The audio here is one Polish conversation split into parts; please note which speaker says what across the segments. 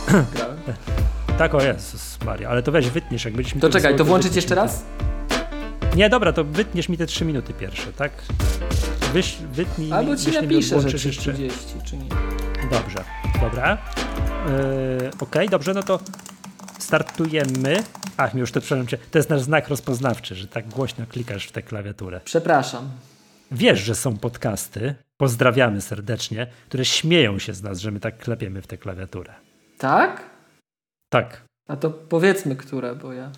Speaker 1: grałem.
Speaker 2: Tak, o Jezus Maria, ale to weź wytniesz, jak będziesz mi
Speaker 1: to czekaj, to włączyć jeszcze raz?
Speaker 2: Nie, dobra, to wytniesz mi te 3 minuty pierwsze, tak? Wytnij
Speaker 1: albo ci napiszę, że 30, czy nie.
Speaker 2: Dobrze, dobra. Okej, dobrze, no to startujemy. Ach, mi już to przepraszam cię. To jest nasz znak rozpoznawczy, że tak głośno klikasz w tę klawiaturę.
Speaker 1: Przepraszam.
Speaker 2: Wiesz, że są podcasty, pozdrawiamy serdecznie, które śmieją się z nas, że my tak klepiemy w tę klawiaturę.
Speaker 1: Tak?
Speaker 2: Tak.
Speaker 1: A to powiedzmy, które, bo ja...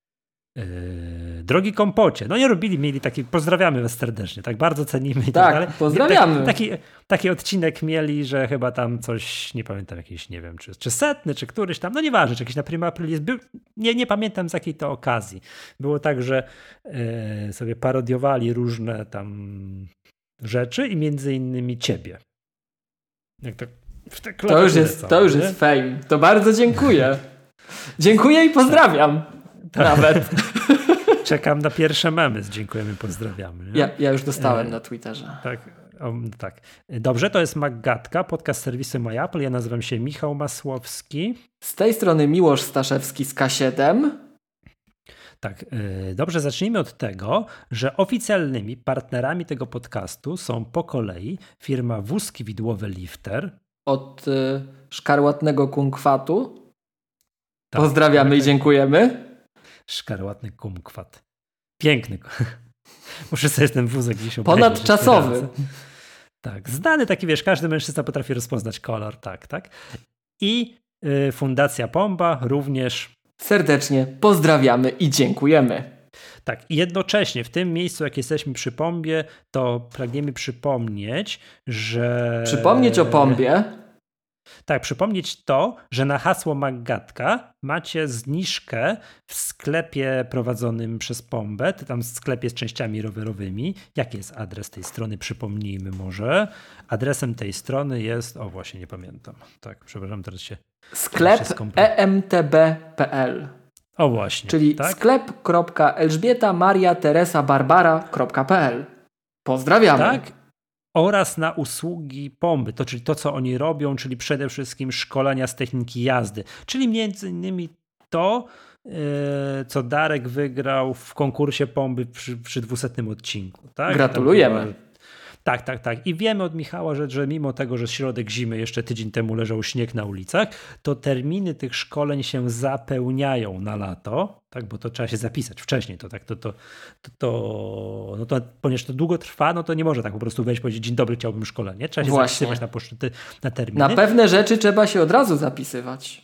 Speaker 2: Drogi kompocie, no nie robili, mieli taki, pozdrawiamy was serdecznie, tak bardzo cenimy i tak dalej.
Speaker 1: Pozdrawiamy.
Speaker 2: Taki odcinek mieli, że chyba tam coś, nie pamiętam, jakiś, nie wiem, czy 100, czy któryś tam, no nieważne, czy jakiś na Prima Aprilis był, nie pamiętam z jakiej to okazji. Było tak, że sobie parodiowali różne tam rzeczy i między innymi ciebie. Jak
Speaker 1: to już jest fame. To bardzo dziękuję. Dziękuję i pozdrawiam. Nawet.
Speaker 2: Czekam na pierwsze memy z dziękujemy, pozdrawiamy.
Speaker 1: Ja już dostałem na Twitterze.
Speaker 2: Tak. Dobrze, to jest Maggatka, podcast serwisu MyApple. Ja nazywam się Michał Masłowski.
Speaker 1: Z tej strony Miłosz Staszewski z K7.
Speaker 2: Tak, dobrze, zacznijmy od tego, że oficjalnymi partnerami tego podcastu są po kolei firma Wózki Widłowe Lifter.
Speaker 1: Od szkarłatnego kunkwatu. Tak, pozdrawiamy i dziękujemy.
Speaker 2: Szkarłatny kumkwat. Piękny. Muszę sobie ten wózek gdzieś obejrzeć.
Speaker 1: Ponadczasowy.
Speaker 2: Tak, znany taki, wiesz, każdy mężczyzna potrafi rozpoznać kolor, tak. I Fundacja Pomba również.
Speaker 1: Serdecznie pozdrawiamy i dziękujemy.
Speaker 2: Tak, i jednocześnie w tym miejscu, jak jesteśmy przy Pombie, to pragniemy przypomnieć, że...
Speaker 1: Przypomnieć o Pombie?
Speaker 2: Tak, przypomnieć to, że na hasło Maggatka macie zniżkę w sklepie prowadzonym przez Pombę, tam w sklepie z częściami rowerowymi. Jaki jest adres tej strony? Przypomnijmy może. Adresem tej strony jest, właśnie nie pamiętam. Tak, przepraszam, teraz się...
Speaker 1: Sklep emtb.pl.
Speaker 2: O właśnie.
Speaker 1: Czyli
Speaker 2: tak?
Speaker 1: sklep.elżbieta-maria-teresa-barbara.pl. Pozdrawiamy.
Speaker 2: Tak. Oraz na usługi Pomby, czyli to, co oni robią, czyli przede wszystkim szkolenia z techniki jazdy. Czyli między innymi to, co Darek wygrał w konkursie Pomby przy 200 odcinku. Tak?
Speaker 1: Gratulujemy.
Speaker 2: Tak. I wiemy od Michała, że mimo tego, że środek zimy, jeszcze tydzień temu leżał śnieg na ulicach, to terminy tych szkoleń się zapełniają na lato, tak, bo to trzeba się zapisać wcześniej. Ponieważ to długo trwa, no to nie może tak po prostu wejść i powiedzieć: dzień dobry, chciałbym szkolenie. Trzeba się zapisywać na terminy.
Speaker 1: Na pewne rzeczy trzeba się od razu zapisywać.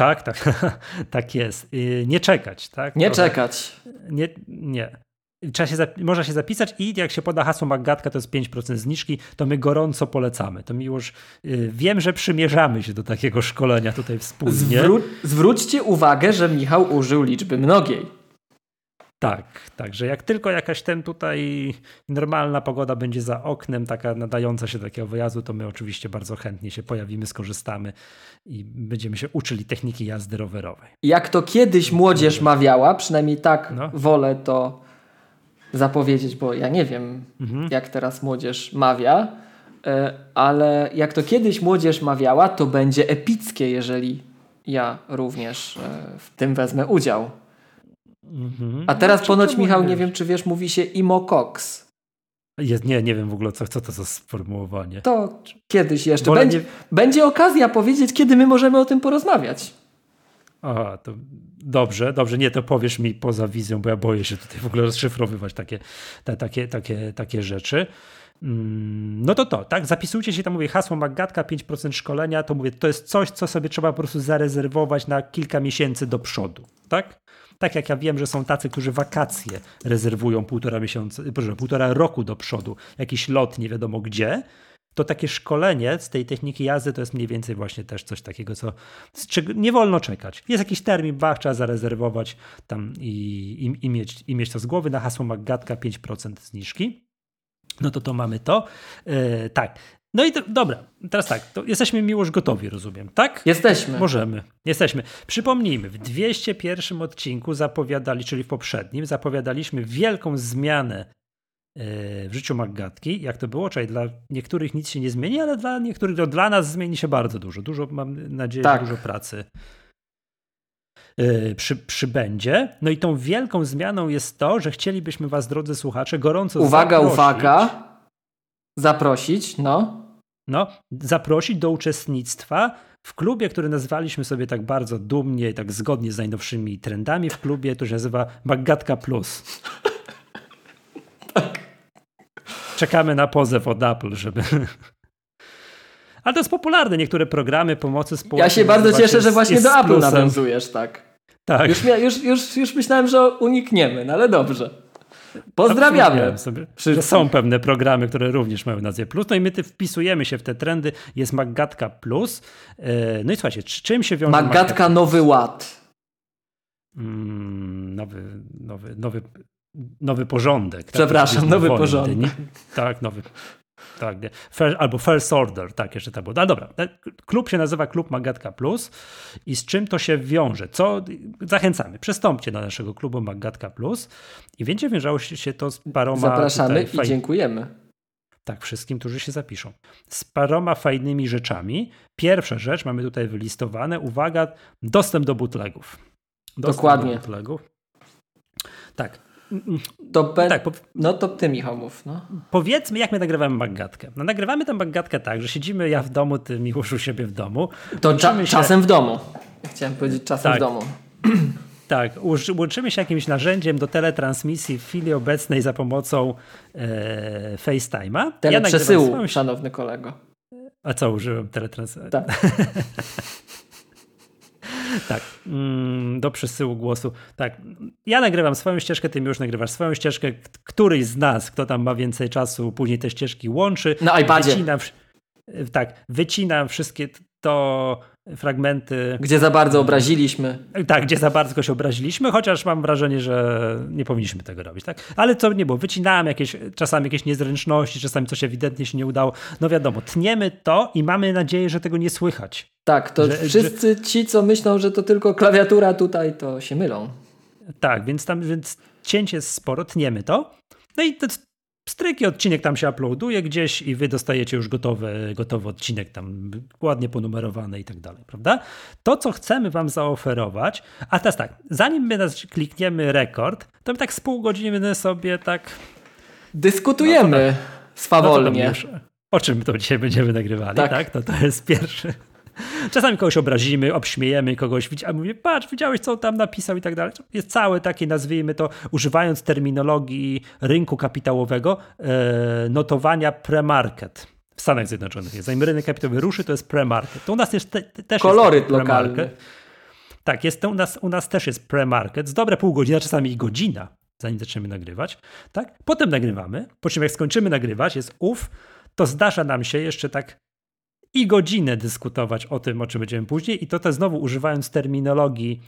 Speaker 2: Tak jest. Nie czekać. Tak?
Speaker 1: Nie czekać.
Speaker 2: Nie. Można się zapisać i jak się poda hasło Maggatka, to jest 5% zniżki, to my gorąco polecamy. To Miłosz, wiem, że przymierzamy się do takiego szkolenia tutaj wspólnie.
Speaker 1: Zwróćcie uwagę, że Michał użył liczby mnogiej.
Speaker 2: Tak, że jak tylko jakaś tutaj normalna pogoda będzie za oknem, taka nadająca się do takiego wyjazdu, to my oczywiście bardzo chętnie się pojawimy, skorzystamy i będziemy się uczyli techniki jazdy rowerowej.
Speaker 1: Jak to kiedyś młodzież mawiała, przynajmniej tak wolę to zapowiedzieć, bo ja nie wiem, jak teraz młodzież mawia, ale jak to kiedyś młodzież mawiała, to będzie epickie, jeżeli ja również w tym wezmę udział. A teraz ponoć, Michał, nie wiem, czy wiesz, mówi się imocox.
Speaker 2: Nie wiem w ogóle, co to za sformułowanie.
Speaker 1: To kiedyś jeszcze. Będzie okazja powiedzieć, kiedy my możemy o tym porozmawiać.
Speaker 2: Aha, to dobrze, nie, to powiesz mi poza wizją, bo ja boję się tutaj w ogóle rozszyfrowywać takie rzeczy. No to tak, zapisujcie się, tam mówię, hasło Maggatka, 5% szkolenia, to mówię, to jest coś, co sobie trzeba po prostu zarezerwować na kilka miesięcy do przodu, tak? Tak jak ja wiem, że są tacy, którzy wakacje rezerwują półtora roku do przodu, jakiś lot nie wiadomo gdzie, to takie szkolenie z tej techniki jazdy to jest mniej więcej właśnie też coś takiego, z czego nie wolno czekać. Jest jakiś termin, trzeba zarezerwować tam i mieć to z głowy. Na hasło Maggatka 5% zniżki. No to mamy to. Tak. No i dobra, teraz tak, to jesteśmy Miłosz gotowi, rozumiem, tak?
Speaker 1: Jesteśmy.
Speaker 2: Możemy. Jesteśmy. Przypomnijmy, w 201 odcinku czyli w poprzednim, zapowiadaliśmy wielką zmianę w życiu Maggatki, jak to było, czyli dla niektórych nic się nie zmieni, ale dla niektórych, dla nas zmieni się bardzo dużo. Dużo, mam nadzieję, że dużo pracy przybędzie. No i tą wielką zmianą jest to, że chcielibyśmy was, drodzy słuchacze, gorąco
Speaker 1: zaprosić,
Speaker 2: zaprosić do uczestnictwa w klubie, który nazwaliśmy sobie tak bardzo dumnie i tak zgodnie z najnowszymi trendami w klubie, to się nazywa Maggatka Plus.
Speaker 1: Tak.
Speaker 2: Czekamy na pozew od Apple, żeby... Ale to jest popularne, niektóre programy pomocy społecznej.
Speaker 1: Ja się bardzo cieszę, że właśnie do Apple nawiązujesz, tak.
Speaker 2: Tak.
Speaker 1: Już myślałem, że unikniemy, no ale dobrze. Pozdrawiamy.
Speaker 2: Sobie, że są pewne programy, które również mają nazwę Plus. No i my wpisujemy się w te trendy. Jest Maggatka Plus. No i słuchajcie, czym się wiąże
Speaker 1: Maggatka Nowy Ład.
Speaker 2: Nowy porządek.
Speaker 1: Przepraszam, tak, nowy porządek.
Speaker 2: Tak, nowy. Tak, albo First Order, tak, jeszcze to było. No dobra, klub się nazywa Klub Maggatka Plus i z czym to się wiąże? Zachęcamy, przystąpcie do naszego klubu Maggatka Plus i będzie wiązało się to z paroma...
Speaker 1: Zapraszamy i dziękujemy.
Speaker 2: Tak, wszystkim, którzy się zapiszą. Z paroma fajnymi rzeczami. Pierwsza rzecz, mamy tutaj wylistowane, uwaga, dostęp do bootlegów.
Speaker 1: Dokładnie.
Speaker 2: Do bootlegów. Tak.
Speaker 1: To ty, Michał, mów. No.
Speaker 2: Powiedzmy, jak my nagrywamy Maggatkę. No, nagrywamy tę Maggatkę tak, że siedzimy ja w domu, ty, Miłosz, u siebie w domu.
Speaker 1: To czasem w domu. Chciałem powiedzieć czasem w domu.
Speaker 2: Tak, łączymy się jakimś narzędziem do teletransmisji w chwili obecnej za pomocą FaceTime'a.
Speaker 1: Teleprzesyłu, szanowny kolego.
Speaker 2: A co, użyłem teletransmisji?
Speaker 1: Tak.
Speaker 2: Tak, do przesyłu głosu. Tak, ja nagrywam swoją ścieżkę, ty już nagrywasz swoją ścieżkę. Któryś z nas, kto tam ma więcej czasu, później te ścieżki łączy.
Speaker 1: Na iPadzie.
Speaker 2: Wycinam wszystkie fragmenty.
Speaker 1: Gdzie za bardzo obraziliśmy.
Speaker 2: Tak, gdzie za bardzo się obraziliśmy, chociaż mam wrażenie, że nie powinniśmy tego robić. Tak? Ale co nie było, wycinałem czasami jakieś niezręczności, czasami coś ewidentnie się nie udało. No wiadomo, tniemy to i mamy nadzieję, że tego nie słychać.
Speaker 1: Tak, to wszyscy ci, co myślą, że to tylko klawiatura tutaj, to się mylą.
Speaker 2: Tak, więc cięcie jest sporo, tniemy to. No i stryki odcinek tam się uploaduje gdzieś i wy dostajecie już gotowy odcinek tam ładnie ponumerowany i tak dalej, prawda? To, co chcemy wam zaoferować, a teraz tak, zanim my klikniemy rekord, to my tak z pół godziny sobie tak...
Speaker 1: Dyskutujemy swawolnie.
Speaker 2: O czym to dzisiaj będziemy nagrywali, tak? To jest pierwszy... Czasami kogoś obrazimy, obśmiejemy kogoś, a mówię, patrz, widziałeś, co on tam napisał i tak dalej. Jest całe takie, nazwijmy to, używając terminologii rynku kapitałowego, notowania pre-market. W Stanach Zjednoczonych jest. Zanim rynek kapitałowy ruszy, to jest pre-market. To u nas też
Speaker 1: koloryt
Speaker 2: jest
Speaker 1: lokalny.
Speaker 2: Tak, u nas też jest pre-market. Z dobre pół godziny, czasami i godzina, zanim zaczniemy nagrywać. Tak? Potem nagrywamy, po czym jak skończymy nagrywać, to zdarza nam się jeszcze tak i godzinę dyskutować o tym, o czym będziemy później i to znowu używając terminologii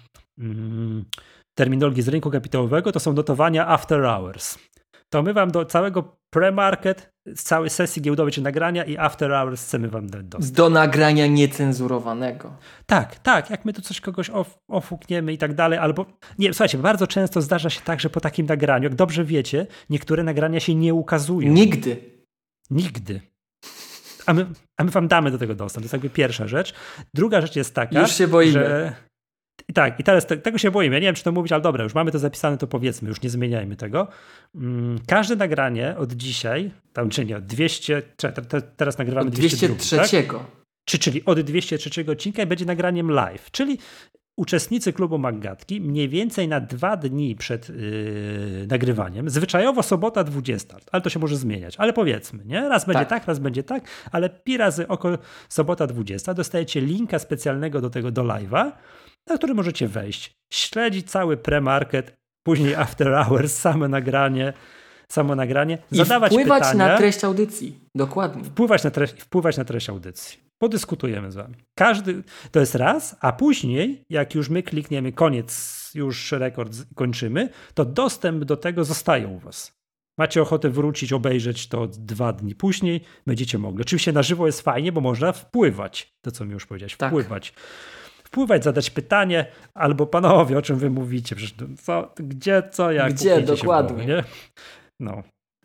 Speaker 2: z rynku kapitałowego, to są notowania after hours. To my wam do całego pre-market, z całej sesji giełdowej czy nagrania i after hours chcemy wam dać dostęp.
Speaker 1: Do nagrania niecenzurowanego.
Speaker 2: Tak, jak my tu coś kogoś ofukniemy i tak dalej, albo nie, słuchajcie, bardzo często zdarza się tak, że po takim nagraniu, jak dobrze wiecie, niektóre nagrania się nie ukazują. Nigdy. A my wam damy do tego dostęp. To jest jakby pierwsza rzecz. Druga rzecz jest taka,
Speaker 1: już się boimy.
Speaker 2: I teraz tego się boimy. Ja nie wiem, czy to mówić, ale dobra, już mamy to zapisane, to powiedzmy, już nie zmieniajmy tego. Każde nagranie od dzisiaj, od 200, teraz nagrywamy
Speaker 1: od 203. Tak?
Speaker 2: Czyli od 203 odcinka będzie nagraniem live, czyli uczestnicy klubu Maggatki mniej więcej na 2 dni przed nagrywaniem, zwyczajowo sobota 20, ale to się może zmieniać, ale powiedzmy, nie? Raz będzie tak, raz będzie tak, ale pi razy około sobota 20 dostajecie linka specjalnego do live'a, na który możecie wejść, śledzić cały pre-market, później after hours, samo nagranie, zadawać
Speaker 1: wpływać
Speaker 2: pytania.
Speaker 1: Na treść audycji, dokładnie.
Speaker 2: Wpływać na treść audycji. Podyskutujemy z wami. To jest raz, a później, jak już my klikniemy koniec, już rekord kończymy, to dostęp do tego zostaje u was. Macie ochotę wrócić, obejrzeć to 2 dni później, będziecie mogli. Oczywiście na żywo jest fajnie, bo można wpływać. To, co mi już powiedziałeś, wpływać, zadać pytanie, albo panowie, o czym wy mówicie, przecież jak
Speaker 1: dokładnie.
Speaker 2: Się było, nie? No.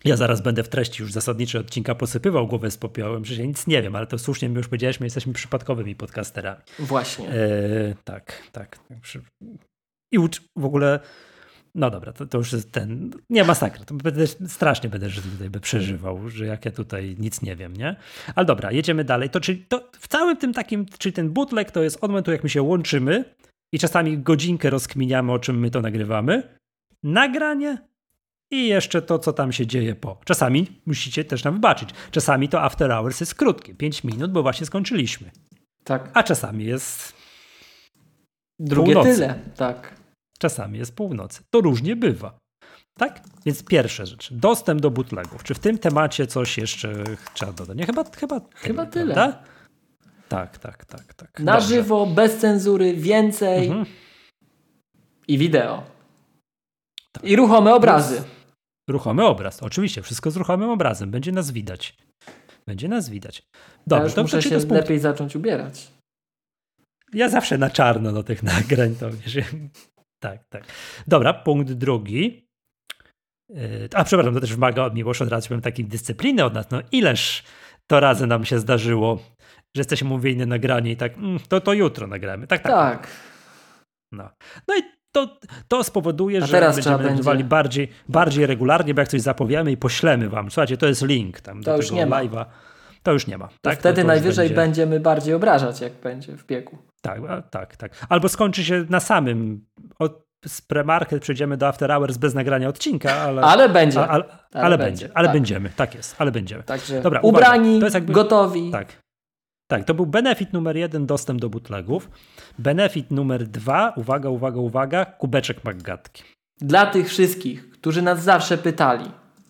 Speaker 2: Ja zaraz będę w treści już zasadniczej odcinka posypywał głowę z popiołem, że ja nic nie wiem, ale to słusznie my już powiedziałeś, my jesteśmy przypadkowymi podcasterami.
Speaker 1: Właśnie.
Speaker 2: Tak. I w ogóle, no dobra, to już jest nie masakra, to strasznie będę tutaj przeżywał, że jak ja tutaj nic nie wiem, nie? Ale dobra, jedziemy dalej. To w całym tym takim, czyli ten bootleg to jest od momentu, jak my się łączymy i czasami godzinkę rozkminiamy, o czym my to nagrywamy, nagranie i jeszcze to, co tam się dzieje po. Czasami musicie też nam wybaczyć. Czasami to after hours jest krótkie, 5 minut, bo właśnie skończyliśmy.
Speaker 1: Tak.
Speaker 2: A czasami jest
Speaker 1: drugie
Speaker 2: północy.
Speaker 1: Tyle, tak.
Speaker 2: Czasami jest północy. To różnie bywa. Tak? Więc pierwsza rzecz. Dostęp do bootlegów. Czy w tym temacie coś jeszcze trzeba dodać? Nie, chyba
Speaker 1: tyle.
Speaker 2: Prawda? Tak.
Speaker 1: Na Dobrze. Żywo, bez cenzury, więcej i wideo. Tak. I ruchome obrazy.
Speaker 2: Ruchomy obraz. Oczywiście, wszystko z ruchomym obrazem. Będzie nas widać. Dobrze,
Speaker 1: ja muszę się lepiej zacząć ubierać.
Speaker 2: Ja zawsze na czarno do tych nagrań. To wiesz. Tak. Dobra, punkt drugi. Przepraszam, to też wymaga od miłości, od razu powiem takiej dyscypliny od nas. No ileż to razy nam się zdarzyło, że jesteśmy mówili na nagranie i tak, to jutro nagramy. Tak. No i to spowoduje, że będziemy nagrywali bardziej regularnie, bo jak coś zapowiemy i poślemy wam. Słuchajcie, to jest link tam do tego live'a. To już nie ma. Tak?
Speaker 1: Wtedy to najwyżej będziemy bardziej obrażać, jak będzie w biegu.
Speaker 2: Tak. Albo skończy się na samym. Z premarket przejdziemy do after hours bez nagrania odcinka, ale będzie. Ale będziemy. Tak jest, ale będziemy.
Speaker 1: Także dobra, ubrani,
Speaker 2: to jest
Speaker 1: gotowi.
Speaker 2: Tak, to był benefit numer 1, dostęp do bootlegów. Benefit numer 2, uwaga, kubeczek McGatki.
Speaker 1: Dla tych wszystkich, którzy nas zawsze pytali,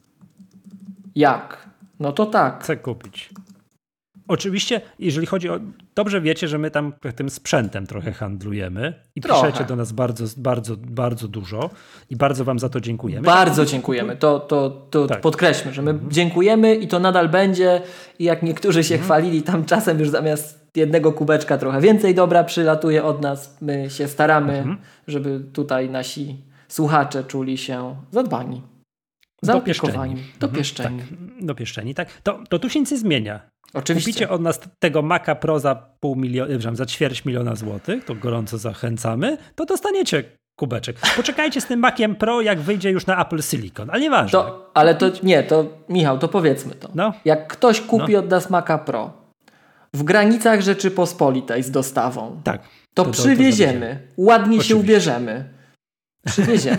Speaker 1: jak? No to tak.
Speaker 2: Chcę kupić. Oczywiście, jeżeli chodzi o... Dobrze wiecie, że my tam tym sprzętem trochę handlujemy i piszecie do nas bardzo dużo i bardzo wam za to dziękujemy.
Speaker 1: Bardzo dziękujemy. To tak. Podkreślmy, że my dziękujemy i to nadal będzie. I jak niektórzy się chwalili, tam czasem już zamiast jednego kubeczka trochę więcej dobra przylatuje od nas. My się staramy, żeby tutaj nasi słuchacze czuli się zadbani. Dopieszczeni.
Speaker 2: Dopieszczeni, tak. To tu się nic nie zmienia.
Speaker 1: Oczywiście.
Speaker 2: Kupicie od nas tego Maca Pro za za $250 złotych, to gorąco zachęcamy, to dostaniecie kubeczek. Poczekajcie z tym Maciem Pro, jak wyjdzie już na Apple Silicon, ale nieważne.
Speaker 1: Michał, to powiedzmy to. No. Jak ktoś kupi od nas Maca Pro w granicach Rzeczypospolitej z dostawą,
Speaker 2: tak,
Speaker 1: to przywieziemy, ładnie się ubierzemy. Przywieziemy.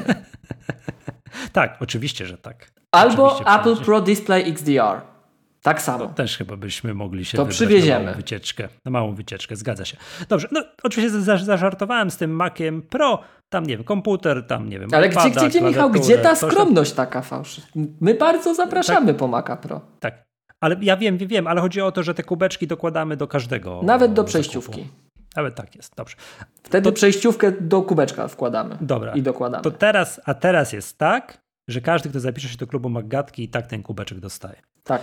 Speaker 2: Tak, oczywiście, że tak.
Speaker 1: Albo Apple Pro Display XDR. Tak samo.
Speaker 2: To też chyba byśmy mogli się
Speaker 1: wybrać przywieziemy.
Speaker 2: Na małą wycieczkę, zgadza się. Dobrze, oczywiście zażartowałem z tym Maciem Pro, tam nie wiem, komputer, tam nie wiem.
Speaker 1: Ale gdzie Michał, gdzie ta skromność taka fałsz? My bardzo zapraszamy po Maca Pro.
Speaker 2: Tak, ale ja wiem, ale chodzi o to, że te kubeczki dokładamy do każdego.
Speaker 1: Nawet do przejściówki.
Speaker 2: Zakupu. Nawet tak jest, dobrze.
Speaker 1: Wtedy przejściówkę do kubeczka wkładamy.
Speaker 2: Dobra.
Speaker 1: I dokładamy.
Speaker 2: To teraz jest tak, że każdy, kto zapisze się do klubu McGatki, i tak ten kubeczek dostaje.
Speaker 1: Tak.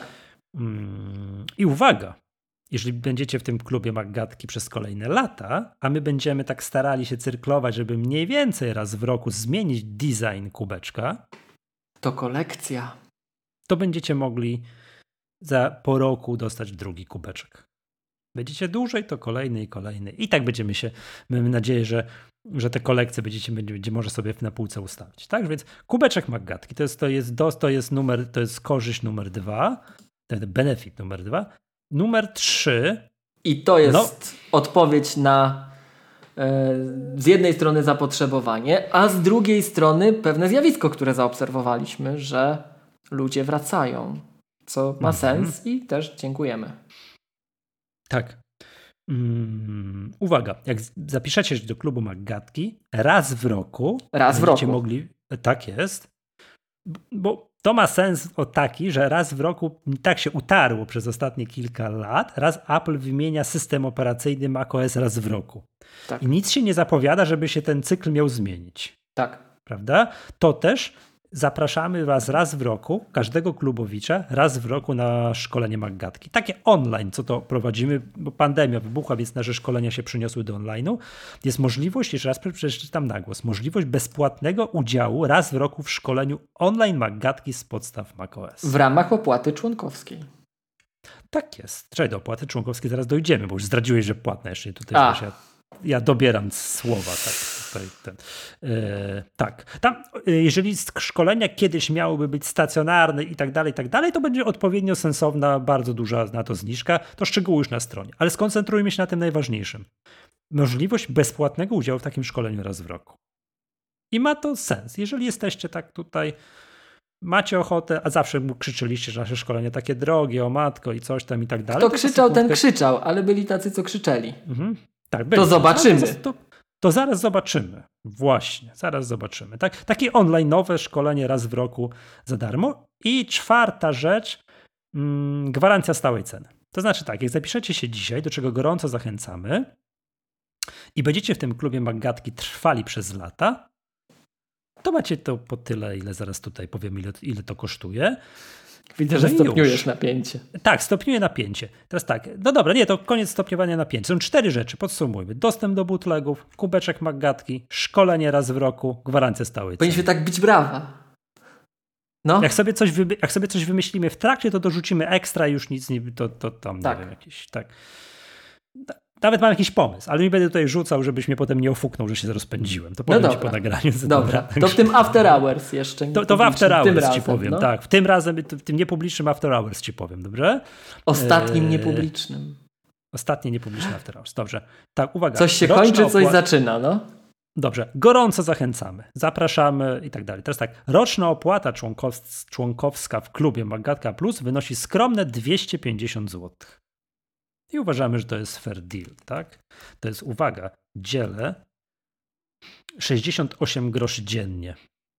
Speaker 2: I uwaga, jeżeli będziecie w tym klubie McGatki przez kolejne lata, a my będziemy tak starali się cyrklować, żeby mniej więcej raz w roku zmienić design kubeczka,
Speaker 1: to kolekcja.
Speaker 2: To będziecie mogli po roku dostać drugi kubeczek. Będziecie dłużej, to kolejny i kolejny. I tak będziemy się, mamy nadzieję, że te kolekcje będzie może sobie na półce ustawić. Tak, więc kubeczek McGatki to jest korzyść numer 2, ten benefit numer 2. Numer 3.
Speaker 1: I to jest odpowiedź na z jednej strony zapotrzebowanie, a z drugiej strony pewne zjawisko, które zaobserwowaliśmy, że ludzie wracają, co ma sens i też dziękujemy.
Speaker 2: Tak. Uwaga, jak zapiszecie się do klubu McGatki, raz w roku będziecie mogli, tak jest, bo to ma sens taki, że raz w roku tak się utarło przez ostatnie kilka lat, raz Apple wymienia system operacyjny macOS raz w roku. Tak. I nic się nie zapowiada, żeby się ten cykl miał zmienić.
Speaker 1: Tak.
Speaker 2: Prawda? To też zapraszamy was raz w roku, każdego klubowicza, raz w roku na szkolenie Maggatki. Takie online, co to prowadzimy, bo pandemia wybuchła, więc nasze szkolenia się przeniosły do online'u. Jest możliwość, jeszcze raz przeczytam na głos, możliwość bezpłatnego udziału raz w roku w szkoleniu online Maggatki z podstaw macOS.
Speaker 1: W ramach opłaty członkowskiej.
Speaker 2: Tak jest. Czekaj, do opłaty członkowskiej zaraz dojdziemy, bo już zdradziłeś, że płatne jeszcze tutaj. Ja dobieram słowa. Tak. Tam, jeżeli szkolenia kiedyś miałyby być stacjonarne i tak dalej, to będzie odpowiednio sensowna, bardzo duża na to zniżka. To szczegóły już na stronie. Ale skoncentrujmy się na tym najważniejszym. Możliwość bezpłatnego udziału w takim szkoleniu raz w roku. I ma to sens. Jeżeli jesteście tak tutaj, macie ochotę, a zawsze krzyczyliście, że nasze szkolenie takie drogie, o matko i coś tam i tak dalej.
Speaker 1: Kto krzyczał, ten krzyczał, ale byli tacy, co krzyczeli.
Speaker 2: Mhm. Tak,
Speaker 1: to zobaczymy.
Speaker 2: To zaraz zobaczymy. Właśnie, zaraz zobaczymy. Takie online'owe szkolenie raz w roku za darmo. I czwarta rzecz, gwarancja stałej ceny. To znaczy tak, jak zapiszecie się dzisiaj, do czego gorąco zachęcamy i będziecie w tym klubie Maggatki trwali przez lata, to macie to po tyle, ile zaraz tutaj powiem, ile to kosztuje.
Speaker 1: Widzę, że stopniujesz napięcie.
Speaker 2: Tak, stopniuję napięcie. Teraz tak, no dobra, nie, to koniec stopniowania napięcia. Są 4 rzeczy, podsumujmy. Dostęp do bootlegów, kubeczek Maggatki, szkolenie raz w roku, gwarancja stałej ceny.
Speaker 1: Powinniśmy tak bić brawa. No.
Speaker 2: Jak sobie coś wymyślimy w trakcie, to dorzucimy ekstra i już nic nie, to tam tak. Nie wiem, jakieś, tak. Nawet mam jakiś pomysł, ale nie będę tutaj rzucał, żebyś mnie potem nie ofuknął, że się rozpędziłem. To powiem ci po nagraniu.
Speaker 1: Dobra, to w tym After Hours jeszcze.
Speaker 2: To w After Hours ci powiem, no? Tak. W tym razem, w tym niepublicznym After Hours ci powiem, dobrze?
Speaker 1: Ostatnim niepublicznym.
Speaker 2: Ostatnie niepubliczne After Hours, dobrze. Tak, uwaga.
Speaker 1: Coś się kończy, coś zaczyna, no.
Speaker 2: Dobrze, gorąco zachęcamy, zapraszamy i tak dalej. Teraz tak, roczna opłata członkowska w klubie Maggatka Plus wynosi skromne 250 zł. I uważamy, że to jest fair deal, tak? To jest, uwaga, dzielę 68 groszy dziennie.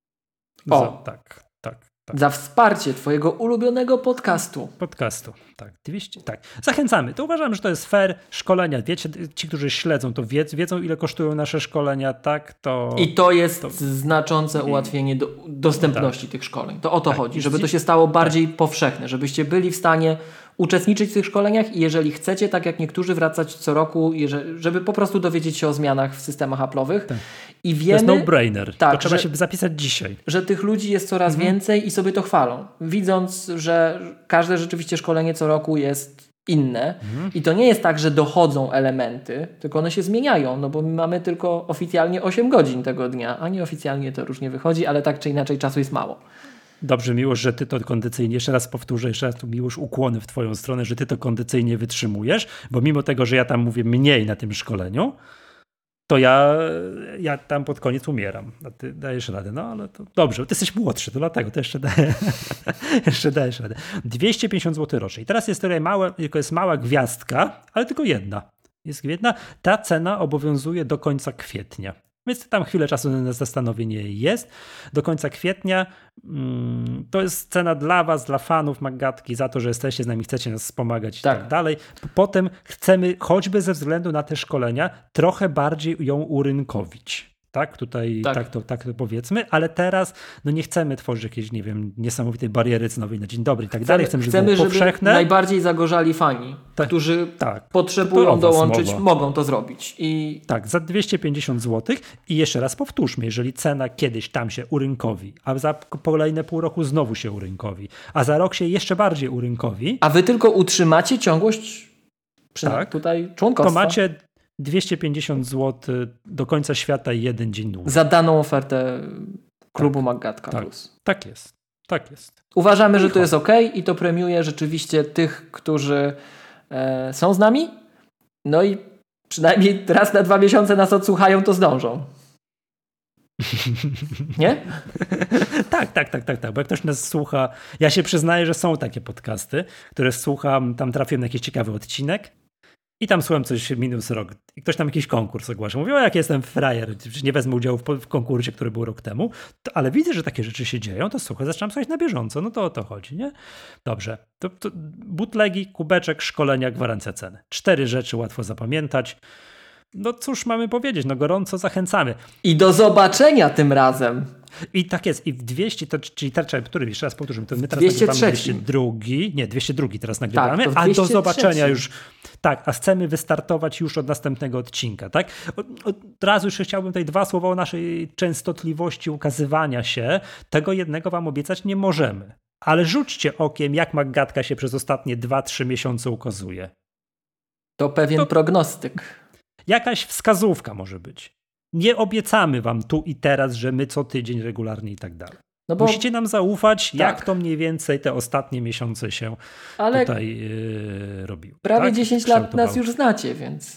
Speaker 2: Tak.
Speaker 1: Za wsparcie twojego ulubionego podcastu.
Speaker 2: Tak. 200, tak. Zachęcamy. To uważam, że to jest fair. Szkolenia, wiecie, ci, którzy śledzą, to wiedzą, ile kosztują nasze szkolenia, tak?
Speaker 1: I to jest znaczące ułatwienie dostępności tych szkoleń. To o to chodzi, żeby to się stało bardziej powszechne, żebyście byli w stanie uczestniczyć w tych szkoleniach i jeżeli chcecie, tak jak niektórzy, wracać co roku, żeby po prostu dowiedzieć się o zmianach w systemach Apple'owych.
Speaker 2: Tak.
Speaker 1: I wiemy,
Speaker 2: to jest no-brainer. To trzeba się zapisać dzisiaj.
Speaker 1: Że tych ludzi jest coraz więcej i sobie to chwalą. Widząc, że każde rzeczywiście szkolenie co roku jest inne i to nie jest tak, że dochodzą elementy, tylko one się zmieniają, no bo my mamy tylko oficjalnie 8 godzin tego dnia, a nieoficjalnie to różnie wychodzi, ale tak czy inaczej czasu jest mało.
Speaker 2: Dobrze, Miłosz, że ty to kondycyjnie, jeszcze raz powtórzę, tu Miłosz, ukłony w twoją stronę, że ty to kondycyjnie wytrzymujesz, bo mimo tego, że ja tam mówię mniej na tym szkoleniu, to ja tam pod koniec umieram. A ty dajesz radę. No ale to dobrze, ty jesteś młodszy, to dlatego to jeszcze dajesz radę. 250 zł rocznie. I teraz jest tutaj mała gwiazdka, ale tylko jedna. Jest jedna. Ta cena obowiązuje do końca kwietnia. Więc tam chwilę czasu na zastanowienie jest. Do końca kwietnia to jest cena dla was, dla fanów Maggatki, za to, że jesteście z nami, chcecie nas wspomagać i tak dalej. Potem chcemy, choćby ze względu na te szkolenia, trochę bardziej ją urynkowić. Tak, tutaj tak to powiedzmy, ale teraz nie chcemy tworzyć jakiejś, nie wiem, niesamowitej bariery cenowej na dzień dobry i tak dalej. Chcemy, żeby było powszechne.
Speaker 1: Najbardziej zagorzali fani, którzy potrzebują dołączyć, mogą to zrobić.
Speaker 2: Tak, za 250 zł i jeszcze raz powtórzmy, jeżeli cena kiedyś tam się urynkowi, a za kolejne pół roku znowu się urynkowi, a za rok się jeszcze bardziej urynkowi.
Speaker 1: A wy tylko utrzymacie ciągłość tutaj członkostwa.
Speaker 2: To macie 250 zł do końca świata i 1 dzień dłużej.
Speaker 1: Za daną ofertę klubu Maggatka Plus.
Speaker 2: Tak jest.
Speaker 1: Uważamy, że to jest ok i to premiuje rzeczywiście tych, którzy są z nami. No i przynajmniej raz na 2 miesiące nas odsłuchają, to zdążą. Nie?
Speaker 2: Tak. Bo jak ktoś nas słucha, ja się przyznaję, że są takie podcasty, które słucham, tam trafiłem na jakiś ciekawy odcinek i tam słucham coś minus rok i ktoś tam jakiś konkurs ogłasza. Mówię, jak jestem frajer, nie wezmę udziału w konkursie, który był rok temu, ale widzę, że takie rzeczy się dzieją, to słuchaj, zaczynam słuchać na bieżąco, no to o to chodzi, nie? Dobrze, to bootlegi, kubeczek, szkolenia, gwarancja ceny. 4 rzeczy łatwo zapamiętać. No cóż mamy powiedzieć, gorąco zachęcamy.
Speaker 1: I do zobaczenia tym razem.
Speaker 2: I tak jest. I w 200, czyli który jeszcze raz powtórzmy, to my teraz
Speaker 1: 203.
Speaker 2: nagrywamy 202 teraz nagrywamy,
Speaker 1: tak,
Speaker 2: a do zobaczenia już, tak, a chcemy wystartować już od następnego odcinka, tak? Od razu jeszcze chciałbym tutaj 2 słowa o naszej częstotliwości ukazywania się. Tego jednego wam obiecać nie możemy. Ale rzućcie okiem, jak Maggatka się przez ostatnie 2-3 miesiące ukazuje.
Speaker 1: To pewien prognostyk.
Speaker 2: Jakaś wskazówka może być. Nie obiecamy wam tu i teraz, że my co tydzień regularnie i tak dalej. No bo musicie nam zaufać, tak, jak to mniej więcej te ostatnie miesiące się tutaj robiło.
Speaker 1: Prawie 10 lat nas już znacie, więc...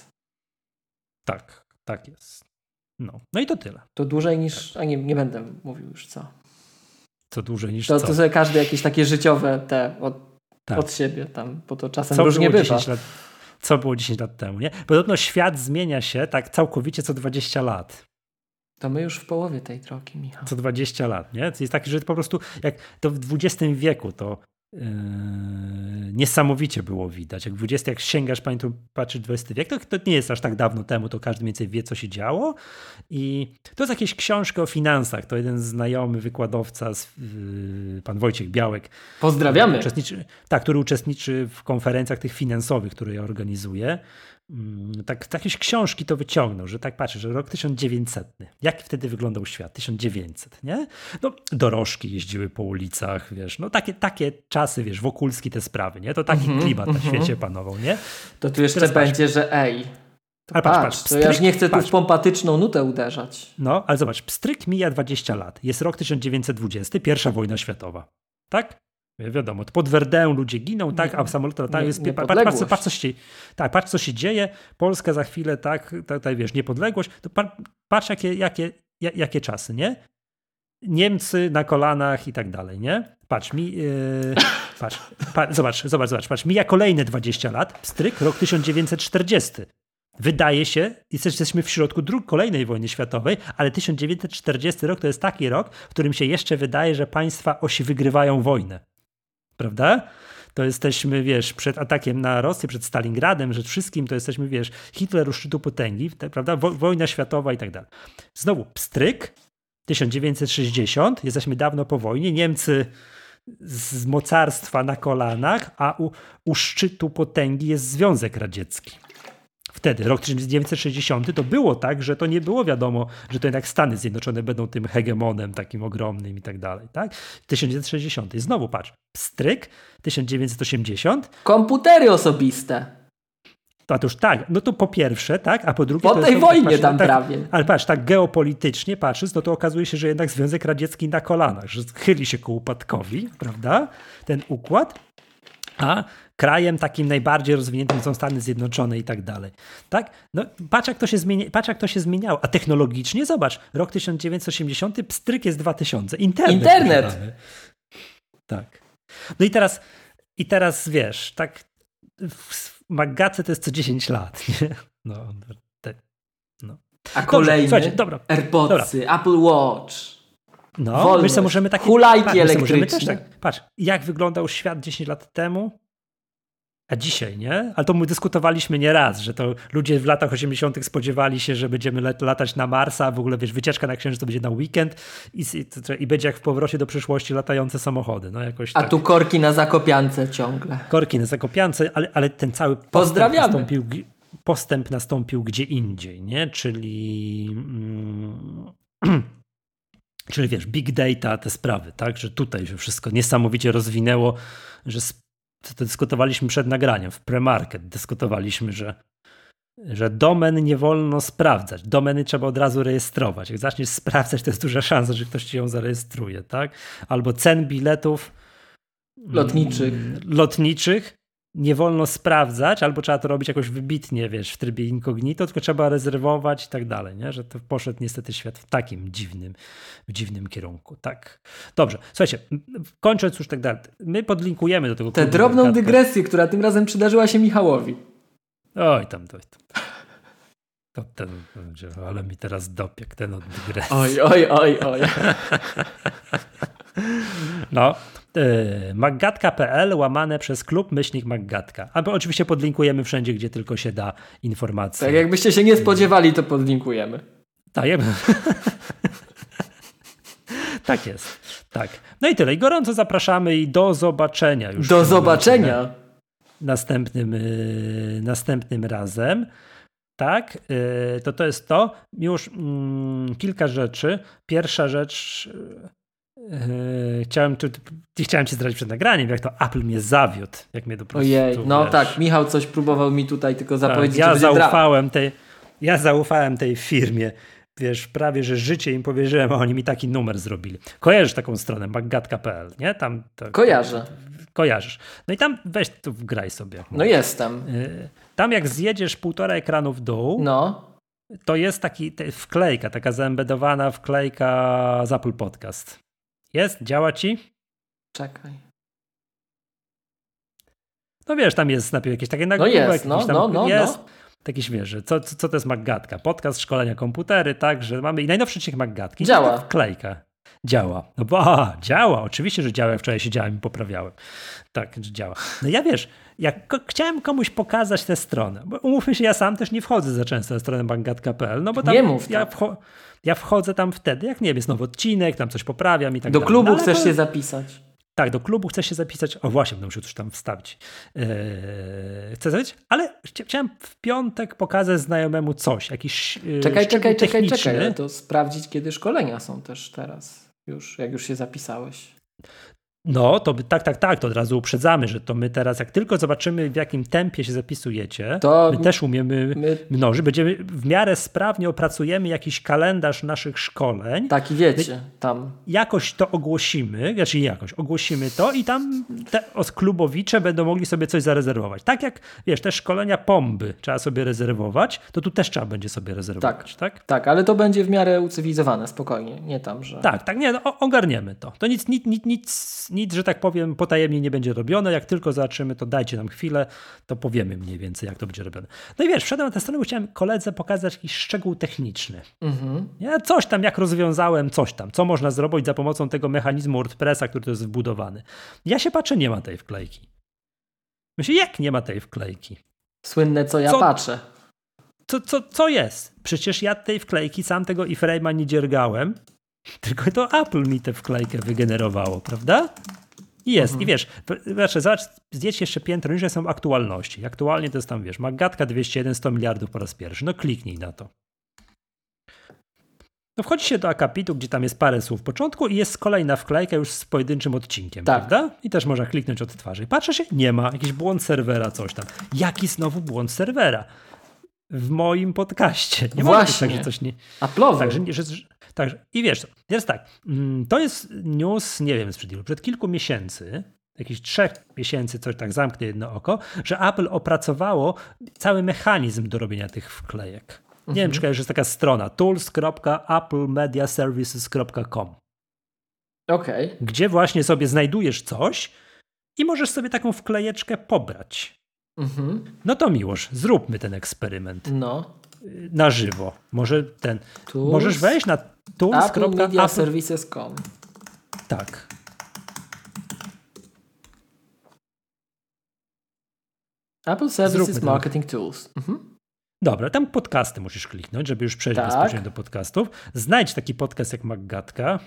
Speaker 2: Tak jest. No i to tyle.
Speaker 1: To dłużej niż... Tak. A nie będę mówił już co.
Speaker 2: Co dłużej niż
Speaker 1: to,
Speaker 2: co?
Speaker 1: To sobie każde jakieś takie życiowe od siebie tam, bo to czasem różnie bywa.
Speaker 2: Co było 10 lat temu, nie? Podobno świat zmienia się tak całkowicie co 20 lat.
Speaker 1: To my już w połowie tej drogi, Michał.
Speaker 2: Co 20 lat, nie? To jest taki, że po prostu jak to w XX wieku to niesamowicie było widać. Jak sięgasz, pamiętam, patrzysz XX wiek, to nie jest aż tak dawno temu, to każdy mniej więcej wie, co się działo. I to jest jakieś książki o finansach. To jeden znajomy wykładowca, pan Wojciech Białek.
Speaker 1: Pozdrawiamy.
Speaker 2: Który uczestniczy w konferencjach tych finansowych, które ja organizuję. Tak jakieś książki to wyciągnął, że tak patrzę, że rok 1900. Jak wtedy wyglądał świat? 1900, nie? No, dorożki jeździły po ulicach, wiesz, no takie czasy, wiesz, Wokulski te sprawy, nie? To taki klimat na świecie panował, nie?
Speaker 1: To tu jeszcze będzie, że
Speaker 2: ale patrz,
Speaker 1: to ja już nie chcę tu w pompatyczną nutę uderzać.
Speaker 2: No, ale zobacz, pstryk mija 20 lat. Jest rok 1920, I wojna światowa. Tak? Wiadomo, pod Verdun ludzie giną, tak, a samoloty latają. Patrz, co się dzieje. Polska za chwilę, tak, tutaj wiesz, niepodległość. To patrz, jakie czasy, nie? Niemcy na kolanach i tak dalej, nie? Zobacz, patrz, mija kolejne 20 lat, pstryk, rok 1940. Wydaje się, jesteśmy w środku kolejnej wojny światowej, ale 1940 rok to jest taki rok, w którym się jeszcze wydaje, że państwa osi wygrywają wojnę. Prawda? To jesteśmy, wiesz, przed atakiem na Rosję, przed Stalingradem, że wszystkim to jesteśmy, wiesz, Hitler u szczytu potęgi, prawda? Wojna światowa i tak dalej. Znowu pstryk, 1960, jesteśmy dawno po wojnie, Niemcy z mocarstwa na kolanach, a u szczytu potęgi jest Związek Radziecki. Wtedy, rok 1960, to było tak, że to nie było wiadomo, że to jednak Stany Zjednoczone będą tym hegemonem takim ogromnym i tak dalej, tak? 1960. I znowu patrz, pstryk, 1980.
Speaker 1: Komputery osobiste.
Speaker 2: To już tak, no to po pierwsze, tak, a po drugie...
Speaker 1: Po tej wojnie tam prawie.
Speaker 2: Ale patrz, tak geopolitycznie patrząc, no to okazuje się, że jednak Związek Radziecki na kolanach, że chyli się ku upadkowi, prawda, ten układ, a krajem takim najbardziej rozwiniętym są Stany Zjednoczone i tak dalej. Tak? No, patrz jak to się zmieniało. A technologicznie, zobacz, rok 1980, pstryk jest 2000. Internet! Tak. No i teraz wiesz, tak w Maggatce to jest co 10 lat, nie? No.
Speaker 1: A kolejny? Dobra. AirPodsy, Apple Watch.
Speaker 2: No,
Speaker 1: wolność,
Speaker 2: my możemy takie
Speaker 1: hulajki elektryczne.
Speaker 2: Patrz, jak wyglądał świat 10 lat temu, a dzisiaj, nie? Ale to my dyskutowaliśmy nieraz, że to ludzie w latach 80. spodziewali się, że będziemy latać na Marsa, a w ogóle, wiesz, wycieczka na Księżyc to będzie na weekend i będzie jak w Powrocie do przyszłości latające samochody. No, jakoś
Speaker 1: a tak. Tu korki na Zakopiance ciągle.
Speaker 2: Korki na Zakopiance, ale ten cały postęp nastąpił gdzie indziej, nie? Czyli wiesz, big data, te sprawy, tak? Że tutaj się wszystko niesamowicie rozwinęło, że to dyskutowaliśmy przed nagraniem, w premarket dyskutowaliśmy, że domen nie wolno sprawdzać. Domeny trzeba od razu rejestrować. Jak zaczniesz sprawdzać, to jest duża szansa, że ktoś ci ją zarejestruje, tak? Albo cen biletów lotniczych nie wolno sprawdzać, albo trzeba to robić jakoś wybitnie, wiesz, w trybie incognito, tylko trzeba rezerwować i tak dalej, nie? Że to poszedł niestety świat w takim dziwnym kierunku, tak. Dobrze, słuchajcie, kończąc już tak dalej, my podlinkujemy do tego.
Speaker 1: Tę drobną dygresję, która tym razem przydarzyła się Michałowi.
Speaker 2: Oj tam. Ale mi teraz dopiekł ten od dygresji.
Speaker 1: Oj.
Speaker 2: No, maggatka.pl /klub/Maggatka. Albo oczywiście podlinkujemy wszędzie, gdzie tylko się da informacje.
Speaker 1: Tak, jakbyście się nie spodziewali, to podlinkujemy.
Speaker 2: Tak, Tak jest. Tak. No i tyle. I gorąco zapraszamy i do zobaczenia już.
Speaker 1: Do zobaczenia.
Speaker 2: Następnym razem. Tak, to jest to. Już kilka rzeczy. Pierwsza rzecz, chciałem ci zdradzić przed nagraniem, jak to Apple mnie zawiódł. Jak mnie po prostu,
Speaker 1: ojej, no wiesz, tak, Michał coś próbował mi tutaj tylko zapowiedzieć.
Speaker 2: Tak, ja zaufałem tej firmie. Wiesz, prawie, że życie im powierzyłem, a oni mi taki numer zrobili. Kojarzysz taką stronę, maggatka.pl, nie? Tam
Speaker 1: kojarzę.
Speaker 2: Kojarzysz. No i tam weź tu wgraj sobie.
Speaker 1: No jestem.
Speaker 2: Tam jak zjedziesz 1,5 ekranu w dół, to jest wklejka, taka zaembedowana wklejka z Apple Podcast. Jest? Działa ci?
Speaker 1: Czekaj.
Speaker 2: No wiesz, tam jest najpierw jakieś takie nagłówek.
Speaker 1: Jest.
Speaker 2: Taki świeży. Co to jest Maggatka? Podcast szkolenia komputery, tak, że mamy i najnowszy odcinek Maggatki.
Speaker 1: Działa.
Speaker 2: Wklejka. Działa. No bo działa. Oczywiście, że działa. Wczoraj siedziałem i poprawiałem. Tak, że działa. No ja wiesz, jak chciałem komuś pokazać tę stronę, bo umówmy się, ja sam też nie wchodzę za często na stronę maggatka.pl, no bo tam
Speaker 1: nie mów
Speaker 2: ja wchodzę tam wtedy, jak nie wiem, jest nowy odcinek, tam coś poprawiam i tak
Speaker 1: dalej. Do klubu chcesz się zapisać.
Speaker 2: Tak, do klubu chcę się zapisać. O właśnie, będę musiał coś tam wstawić. Chcę zapisać, ale chciałem w piątek pokazać znajomemu coś, jakiś
Speaker 1: Czekaj, to sprawdzić, kiedy szkolenia są też teraz, jak już się zapisałeś.
Speaker 2: No, to tak, to od razu uprzedzamy, że to my teraz, jak tylko zobaczymy, w jakim tempie się zapisujecie, to my też umiemy mnożyć, będziemy w miarę sprawnie opracujemy jakiś kalendarz naszych szkoleń.
Speaker 1: Tak, i wiecie, tam.
Speaker 2: Jakoś to ogłosimy, ogłosimy to i tam te klubowicze będą mogli sobie coś zarezerwować. Tak jak, wiesz, te szkolenia POMBy trzeba sobie rezerwować, to tu też trzeba będzie sobie rezerwować, tak?
Speaker 1: Tak, ale to będzie w miarę ucywilizowane, spokojnie, nie tam, że...
Speaker 2: Tak, nie, no, ogarniemy to. To nic, że tak powiem, potajemnie nie będzie robione. Jak tylko zobaczymy, to dajcie nam chwilę, to powiemy mniej więcej, jak to będzie robione. No i wiesz, wszedłem na tę stronę, bo chciałem koledze pokazać jakiś szczegół techniczny. Ja coś tam, jak rozwiązałem, co można zrobić za pomocą tego mechanizmu WordPressa, który to jest wbudowany. Ja się patrzę, nie ma tej wklejki. Myślę, jak nie ma tej wklejki?
Speaker 1: Słynne, co ja patrzę.
Speaker 2: Co jest? Przecież ja tej wklejki, sam tego iframe'a nie dziergałem, tylko to Apple mi tę wklejkę wygenerowało, prawda? I jest. I wiesz, zobacz, zdjęć jeszcze piętro niżej są aktualności. Aktualnie to jest tam, wiesz, Maggatka 201, 100 miliardów po raz pierwszy. No kliknij na to. No wchodzi się do akapitu, gdzie tam jest parę słów w początku i jest kolejna wklejka już z pojedynczym odcinkiem, prawda? I też można kliknąć od twarzy. I patrzę się, nie ma. Jakiś błąd serwera, coś tam. Jaki znowu błąd serwera? W moim podcaście. Nie może być tak, że coś nie...
Speaker 1: Apple'owy.
Speaker 2: Także, i wiesz, jest tak, to jest news, nie wiem sprzed ilu, przed kilku miesięcy, jakichś 3 miesięcy, coś tak zamknie jedno oko, że Apple opracowało cały mechanizm do robienia tych wklejek. Nie wiem, czy jest taka strona tools.applemediaservices.com gdzie właśnie sobie znajdujesz coś i możesz sobie taką wklejeczkę pobrać. No to Miłosz, zróbmy ten eksperyment. Na żywo. Możesz wejść na
Speaker 1: tools.applemediaservices.com.
Speaker 2: Tak.
Speaker 1: Apple Services Marketing Tools.
Speaker 2: Dobra, tam podcasty musisz kliknąć, żeby już przejść bezpośrednio do podcastów. Znajdź taki podcast jak Maggatka.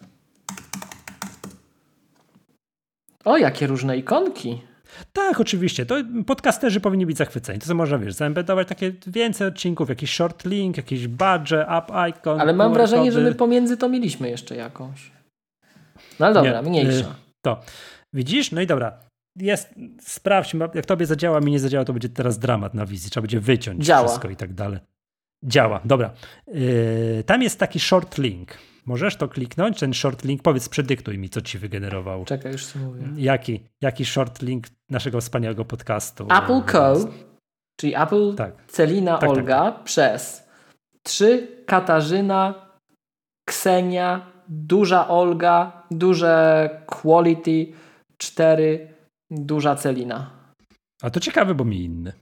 Speaker 1: O, jakie różne ikonki.
Speaker 2: Tak, oczywiście. To podcasterzy powinni być zachwyceni. To co można, wiesz, zaembedować takie więcej odcinków, jakiś short link, jakieś badge, app icon.
Speaker 1: Ale mam wrażenie, że my pomiędzy to mieliśmy jeszcze jakąś. No ale dobra, mniejsza.
Speaker 2: To. Widzisz? No i dobra. Sprawdź, jak tobie zadziała, mi nie zadziała, to będzie teraz dramat na wizji. Trzeba będzie wyciąć wszystko i tak dalej. Działa, dobra. Tam jest taki short link. Możesz to kliknąć, ten short link, powiedz, przedyktuj mi, co ci wygenerował.
Speaker 1: Czekaj, już ci mówię.
Speaker 2: Jaki short link naszego wspaniałego podcastu?
Speaker 1: Apple Co, czyli Apple Celina Olga przez 3 Katarzyna, Ksenia, duża Olga, duże Quality, 4 duża Celina.
Speaker 2: A to ciekawe, bo mi inny.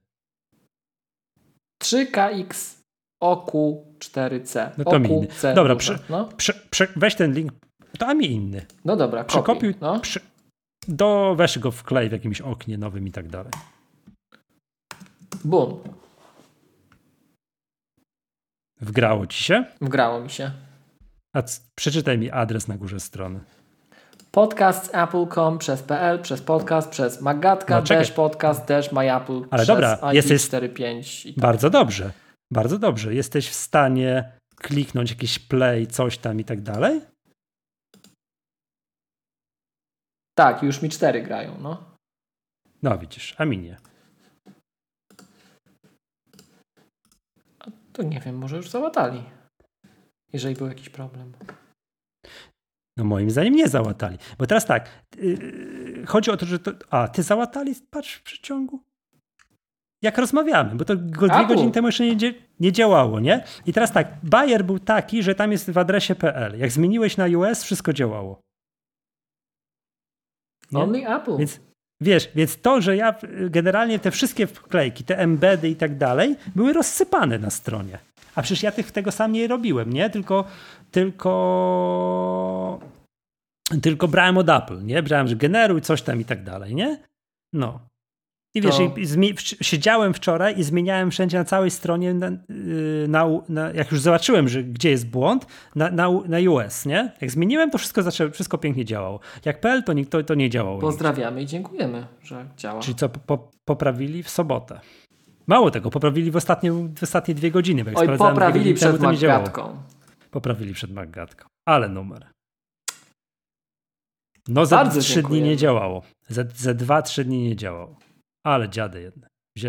Speaker 1: 3KX OQ 4C.
Speaker 2: No to mi inny. Dobra, weź ten link, to a mi inny.
Speaker 1: No dobra,
Speaker 2: przekopiuj, weź go wklej w jakimś oknie nowym i tak dalej.
Speaker 1: Bum.
Speaker 2: Wgrało ci się?
Speaker 1: Wgrało mi się.
Speaker 2: Przeczytaj mi adres na górze strony.
Speaker 1: Podcast.apple.com przez PL, przez podcast, przez Magatka, podcast, myapple,
Speaker 2: ale
Speaker 1: przez
Speaker 2: dobra, jesteś
Speaker 1: 45 i tak.
Speaker 2: Bardzo dobrze. Bardzo dobrze. Jesteś w stanie kliknąć jakiś play, coś tam i tak dalej?
Speaker 1: Tak, już mi 4 grają, no.
Speaker 2: No widzisz, a mi nie.
Speaker 1: To nie wiem, może już załatali. Jeżeli był jakiś problem.
Speaker 2: No moim zdaniem nie załatali. Bo teraz tak, chodzi o to, że ty załatali, patrz, w przeciągu? Jak rozmawiamy, bo to 2 godziny temu jeszcze nie działało, nie? I teraz tak, Bayer był taki, że tam jest w adresie PL. Jak zmieniłeś na US, wszystko działało.
Speaker 1: Nie? Only Apple.
Speaker 2: Więc to, że ja generalnie te wszystkie wklejki, te embedy i tak dalej, były rozsypane na stronie. A przecież ja tego sam nie robiłem, nie? Tylko brałem od Apple, nie? Brałem, że generuj coś tam i tak dalej, nie? No. I wiesz, siedziałem wczoraj i zmieniałem wszędzie na całej stronie, jak już zobaczyłem, że gdzie jest błąd, na US, nie? Jak zmieniłem, to wszystko pięknie działało. Jak PL, to nie działało.
Speaker 1: Pozdrawiamy i dziękujemy, że działa.
Speaker 2: Czyli co, poprawili w sobotę. Mało tego, poprawili w ostatnie 2 godziny. Bo jak
Speaker 1: poprawili przed Maggatką.
Speaker 2: Poprawili przed Maggatką. Ale numer. No za 3 dni nie działało. Za 2-3 dni nie działało. Ale dziady jedne.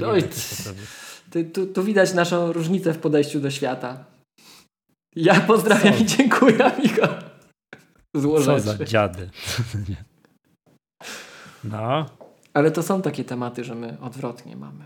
Speaker 1: Tu widać naszą różnicę w podejściu do świata. Ja pozdrawiam i dziękuję, Michał.
Speaker 2: Co za dziady. No.
Speaker 1: Ale to są takie tematy, że my odwrotnie mamy.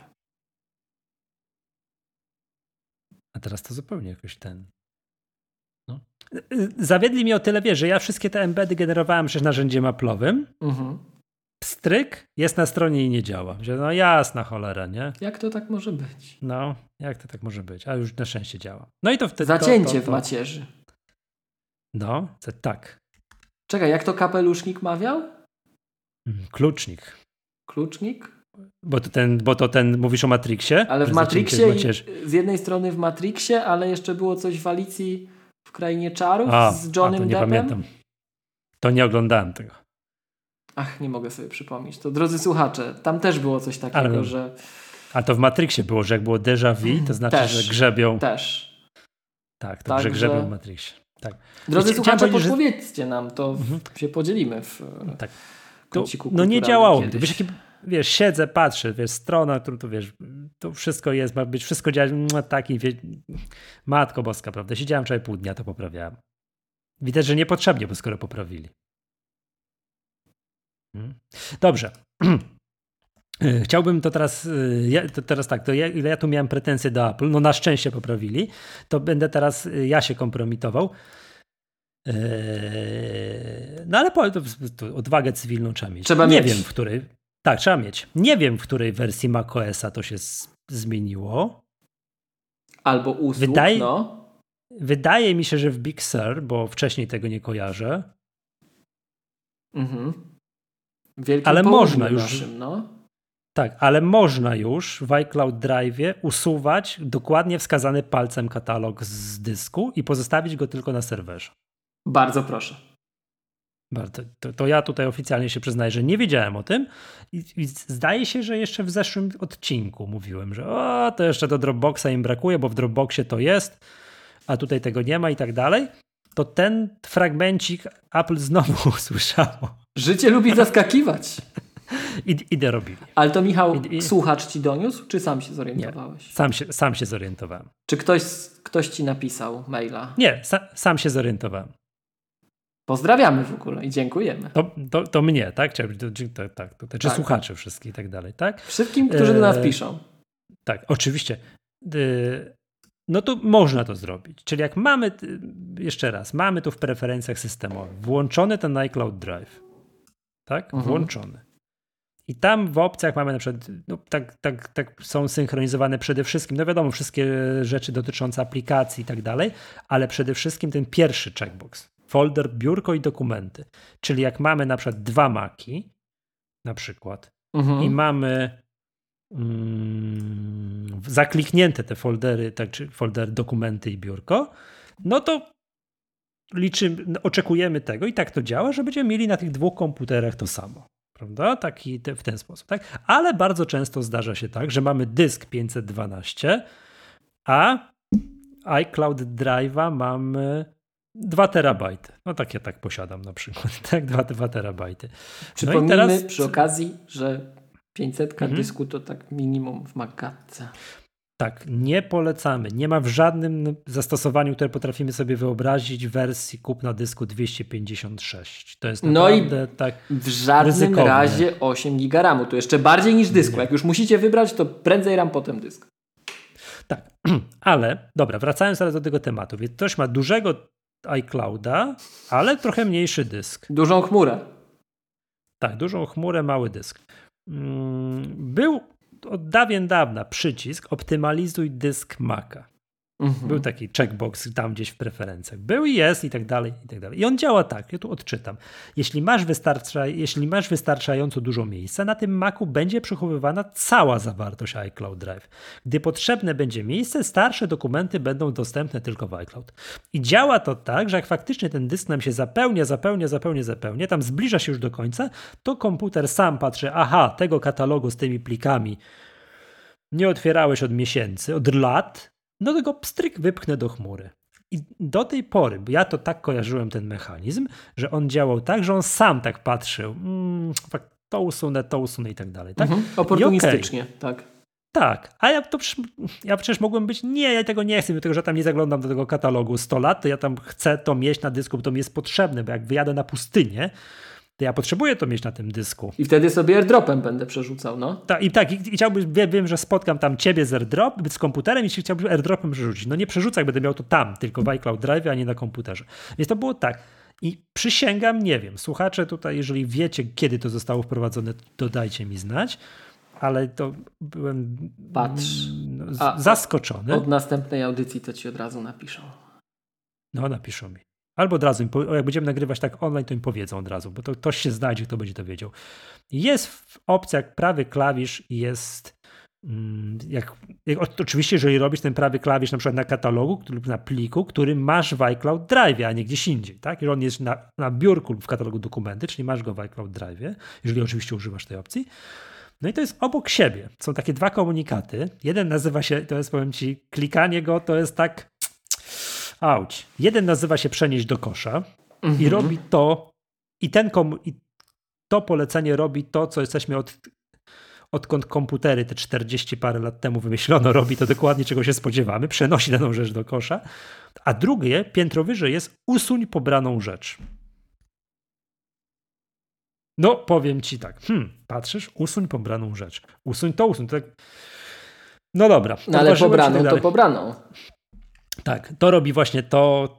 Speaker 2: A teraz to zupełnie jakoś No. Zawiedli mnie o tyle, wiesz, że ja wszystkie te embedy generowałem przez narzędziem Apple'owym. Pstryk jest na stronie i nie działa. No jasna cholera, nie?
Speaker 1: Jak to tak może być?
Speaker 2: No, jak to tak może być? A już na szczęście działa. No i to wtedy...
Speaker 1: Zacięcie w macierzy.
Speaker 2: No, tak.
Speaker 1: Czekaj, jak to kapelusznik mawiał?
Speaker 2: Klucznik.
Speaker 1: Klucznik?
Speaker 2: Bo to ten mówisz o Matrixie?
Speaker 1: Ale w Matrixie, z jednej strony w Matrixie, ale jeszcze było coś w Alicji w Krainie Czarów z Johnnym Deppem.
Speaker 2: Nie pamiętam. To nie oglądałem tego.
Speaker 1: Ach, nie mogę sobie przypomnieć. To drodzy słuchacze, tam też było coś takiego, że...
Speaker 2: A to w Matrixie było, że jak było déjà vu, to znaczy, że grzebią...
Speaker 1: Też.
Speaker 2: Tak, to że grzebią w Matrixie. Tak.
Speaker 1: Drodzy słuchacze, podpowiedzcie nam, to się podzielimy w kąciku
Speaker 2: No nie działało. Wiesz, siedzę, patrzę, wiesz, strona, którą tu wiesz, to wszystko jest, ma być, wszystko działać taki, Matko Boska, prawda? Siedziałem wczoraj pół dnia, to poprawiałem. Widać, że niepotrzebnie, bo skoro poprawili. Dobrze. Chciałbym to teraz, ile ja tu miałem pretensje do Apple, no na szczęście poprawili, to będę teraz ja się kompromitował. No ale to odwagę cywilną trzeba mieć. Nie wiem, w której. Tak, trzeba mieć. Nie wiem, w której wersji macOS-a to się zmieniło.
Speaker 1: Albo usług,
Speaker 2: Wydaje mi się, że w Big Sur, bo wcześniej tego nie kojarzę.
Speaker 1: Ale można już.
Speaker 2: Tak, ale można już w iCloud Drive'ie usuwać dokładnie wskazany palcem katalog z dysku i pozostawić go tylko na serwerze.
Speaker 1: Bardzo proszę.
Speaker 2: To ja tutaj oficjalnie się przyznaję, że nie wiedziałem o tym i zdaje się, że jeszcze w zeszłym odcinku mówiłem, że to jeszcze do Dropboxa im brakuje, bo w Dropboxie to jest, a tutaj tego nie ma i tak dalej. To ten fragmencik Apple znowu usłyszało.
Speaker 1: Życie lubi zaskakiwać.
Speaker 2: I dorobili.
Speaker 1: Ale to Michał, słuchacz ci doniósł, czy sam się zorientowałeś?
Speaker 2: Nie, sam się zorientowałem.
Speaker 1: Czy ktoś ci napisał maila?
Speaker 2: Nie, sam się zorientowałem.
Speaker 1: Pozdrawiamy w ogóle i dziękujemy.
Speaker 2: To mnie, tak? Czy słuchaczy wszystkich i tak dalej, tak?
Speaker 1: Wszystkim, którzy do nas piszą.
Speaker 2: Tak, oczywiście. No to można to zrobić. Czyli jak mamy, jeszcze raz, mamy tu w preferencjach systemowych włączony ten iCloud Drive, tak? Włączony. I tam w opcjach mamy na przykład, tak są synchronizowane przede wszystkim, no wiadomo, wszystkie rzeczy dotyczące aplikacji i tak dalej, ale przede wszystkim ten pierwszy checkbox. Folder, biurko i dokumenty. Czyli jak mamy na przykład 2 Maci, na przykład, i mamy zakliknięte te foldery, tak, czy folder dokumenty i biurko, no to oczekujemy tego i tak to działa, że będziemy mieli na tych 2 komputerach to samo. Prawda? W ten sposób. Tak? Ale bardzo często zdarza się tak, że mamy dysk 512, a iCloud Drive'a mamy 2 terabajty. No tak ja tak posiadam na przykład. Tak, 2 terabajty.
Speaker 1: Przypomnijmy teraz przy okazji, że 500 dysku to tak minimum w Magatce.
Speaker 2: Tak, nie polecamy. Nie ma w żadnym zastosowaniu, które potrafimy sobie wyobrazić, wersji kupna dysku 256. To jest naprawdę tak
Speaker 1: w żadnym
Speaker 2: ryzykowne.
Speaker 1: razie 8 giga RAMu. To jeszcze bardziej niż dysku. Jak już musicie wybrać, to prędzej RAM, potem dysk.
Speaker 2: Tak, ale dobra, wracając teraz do tego tematu. Więc ktoś ma dużego iClouda, ale trochę mniejszy dysk.
Speaker 1: Dużą chmurę.
Speaker 2: Tak, dużą chmurę, mały dysk. Był od dawien dawna przycisk optymalizuj dysk Maca. Był taki checkbox tam gdzieś w preferencjach. Był i jest i tak dalej, i tak dalej. I on działa tak, ja tu odczytam. Jeśli masz wystarczająco dużo miejsca, na tym Macu będzie przechowywana cała zawartość iCloud Drive. Gdy potrzebne będzie miejsce, starsze dokumenty będą dostępne tylko w iCloud. I działa to tak, że jak faktycznie ten dysk nam się zapełnia, tam zbliża się już do końca, to komputer sam patrzy, aha, tego katalogu z tymi plikami nie otwierałeś od miesięcy, od lat, no to go pstryk wypchnę do chmury. I do tej pory, bo ja to tak kojarzyłem ten mechanizm, że on działał tak, że on sam tak patrzył, to usunę i tak dalej. Tak?
Speaker 1: Oportunistycznie, tak.
Speaker 2: Tak, a ja przecież mogłem być, ja tego nie chcę, dlatego że tam nie zaglądam do tego katalogu 100 lat, to ja tam chcę to mieć na dysku, bo to mi jest potrzebne, bo jak wyjadę na pustynię, to ja potrzebuję to mieć na tym dysku.
Speaker 1: I wtedy sobie airdropem będę przerzucał, no.
Speaker 2: I chciałbym, wiem, że spotkam tam ciebie z komputerem i chciałbym airdropem przerzucić. No nie przerzucaj, będę miał to tam, tylko w iCloud Drive, a nie na komputerze. Więc to było tak. I przysięgam, nie wiem, słuchacze tutaj, jeżeli wiecie, kiedy to zostało wprowadzone, to dajcie mi znać, ale to byłem zaskoczony.
Speaker 1: Od następnej audycji to ci od razu napiszą.
Speaker 2: No, napiszą mi. Albo od razu, jak będziemy nagrywać tak online, to im powiedzą od razu, bo to ktoś się znajdzie, kto będzie to wiedział. Jest w opcjach prawy klawisz, jest oczywiście, jeżeli robisz ten prawy klawisz na przykład na katalogu lub na pliku, który masz w iCloud Drive, a nie gdzieś indziej, tak? Jeżeli on jest na biurku lub w katalogu dokumenty, czyli masz go w iCloud Drive, jeżeli oczywiście używasz tej opcji. No i to jest obok siebie. Są takie 2 komunikaty. Jeden nazywa się, to jest, powiem ci, klikanie go to jest tak auć. Jeden nazywa się przenieść do kosza i robi to i to polecenie robi to, co jesteśmy odkąd komputery te 40 parę lat temu wymyślono, robi to dokładnie, czego się spodziewamy, przenosi daną rzecz do kosza, a drugie, piętro wyżej jest usuń pobraną rzecz. No, powiem ci tak, patrzysz, usuń pobraną rzecz. Usuń to. Tak. No dobra.
Speaker 1: No ale pobraną to pobraną.
Speaker 2: Tak, to robi właśnie to,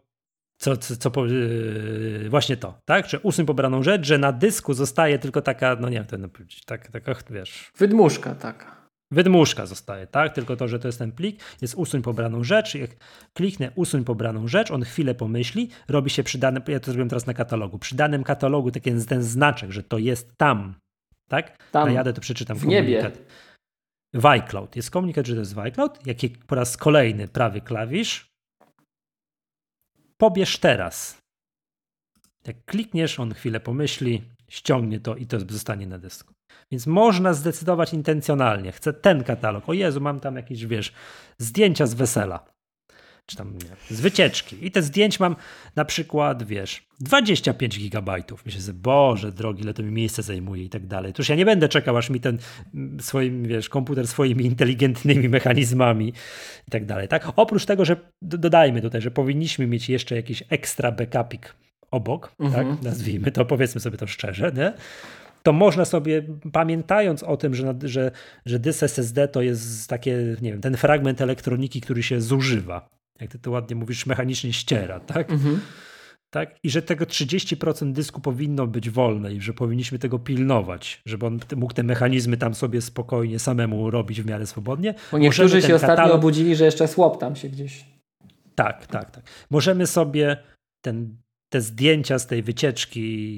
Speaker 2: właśnie to, tak? Że usuń pobraną rzecz, że na dysku zostaje tylko taka, no nie wiem, to powiedzieć, taka, wiesz...
Speaker 1: Wydmuszka taka.
Speaker 2: Wydmuszka zostaje, tak? Tylko to, że to jest ten plik, jest usuń pobraną rzecz. Jak kliknę usuń pobraną rzecz, on chwilę pomyśli, robi się przy danym, ja to zrobiłem teraz na katalogu, przy danym katalogu taki jest ten znaczek, że to jest tam, tak?
Speaker 1: Tam,
Speaker 2: najadę, to przeczytam
Speaker 1: w
Speaker 2: komunikat.
Speaker 1: niebie.
Speaker 2: W iCloud. Jest komunikat, że to jest w iCloud. Po raz kolejny prawy klawisz. Pobierz teraz. Jak klikniesz, on chwilę pomyśli, ściągnie to i to zostanie na dysku. Więc można zdecydować intencjonalnie. Chcę ten katalog. O Jezu, mam tam jakieś, wiesz, zdjęcia z wesela. Czy tam, nie, z wycieczki. I te zdjęć mam na przykład, wiesz, 25 gigabajtów. Myślę sobie, Boże drogi, ile to mi miejsce zajmuje i tak dalej. Toż ja nie będę czekał, aż mi ten komputer swoimi inteligentnymi mechanizmami i tak dalej. Tak? Oprócz tego, że dodajmy tutaj, że powinniśmy mieć jeszcze jakiś ekstra backupik obok, tak? Nazwijmy to, powiedzmy sobie to szczerze, nie? To można sobie, pamiętając o tym, że dysk SSD to jest takie, nie wiem, ten fragment elektroniki, który się zużywa. Jak ty to ładnie mówisz, mechanicznie ściera, tak? Tak? I że tego 30% dysku powinno być wolne i że powinniśmy tego pilnować, żeby on mógł te mechanizmy tam sobie spokojnie samemu robić w miarę swobodnie.
Speaker 1: Bo niektórzy się ostatnio obudzili, że jeszcze swap tam się gdzieś...
Speaker 2: Tak. Możemy sobie te zdjęcia z tej wycieczki,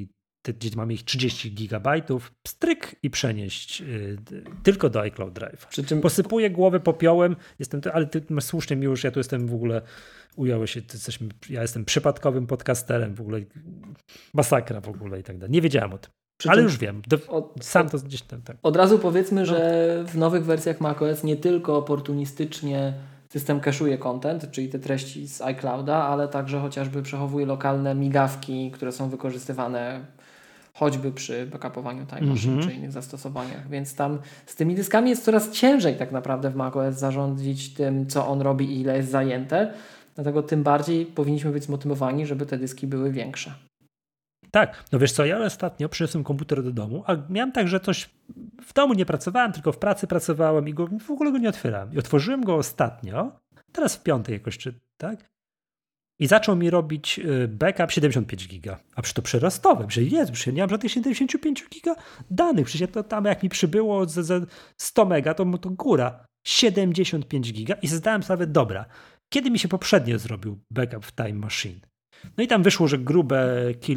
Speaker 2: gdzie mamy ich 30 gigabajtów, pstryk i przenieść tylko do iCloud Drive. Przy czym posypuję głowę popiołem, ale ty masz słusznie, Miłosz, ja tu jestem w ogóle, ująłem się, ja jestem przypadkowym podcasterem, w ogóle masakra w ogóle i tak dalej. Nie wiedziałem o tym. Ale już wiem. Sam to gdzieś tam. Tak.
Speaker 1: Od razu powiedzmy, że w nowych wersjach macOS nie tylko oportunistycznie system cache'uje content, czyli te treści z iClouda, ale także chociażby przechowuje lokalne migawki, które są wykorzystywane choćby przy backupowaniu Time Machine czy innych zastosowaniach. Więc tam z tymi dyskami jest coraz ciężej tak naprawdę w macOS zarządzić tym, co on robi i ile jest zajęte. Dlatego tym bardziej powinniśmy być zmotywowani, żeby te dyski były większe.
Speaker 2: Tak, no wiesz co, ja ostatnio przyniosłem komputer do domu, a miałem tak, że coś w domu nie pracowałem, tylko w pracy pracowałem i w ogóle go nie otwierałem. I otworzyłem go ostatnio, teraz w piątek jakoś, tak? I zaczął mi robić backup 75 giga. A przecież to przerostowe, przecież nie mam żadnych 75 giga danych. Przecież to tam jak mi przybyło ze 100 mega, to góra. 75 giga i zdałem sprawę, dobra, kiedy mi się poprzednio zrobił backup w Time Machine? No i tam wyszło, że grube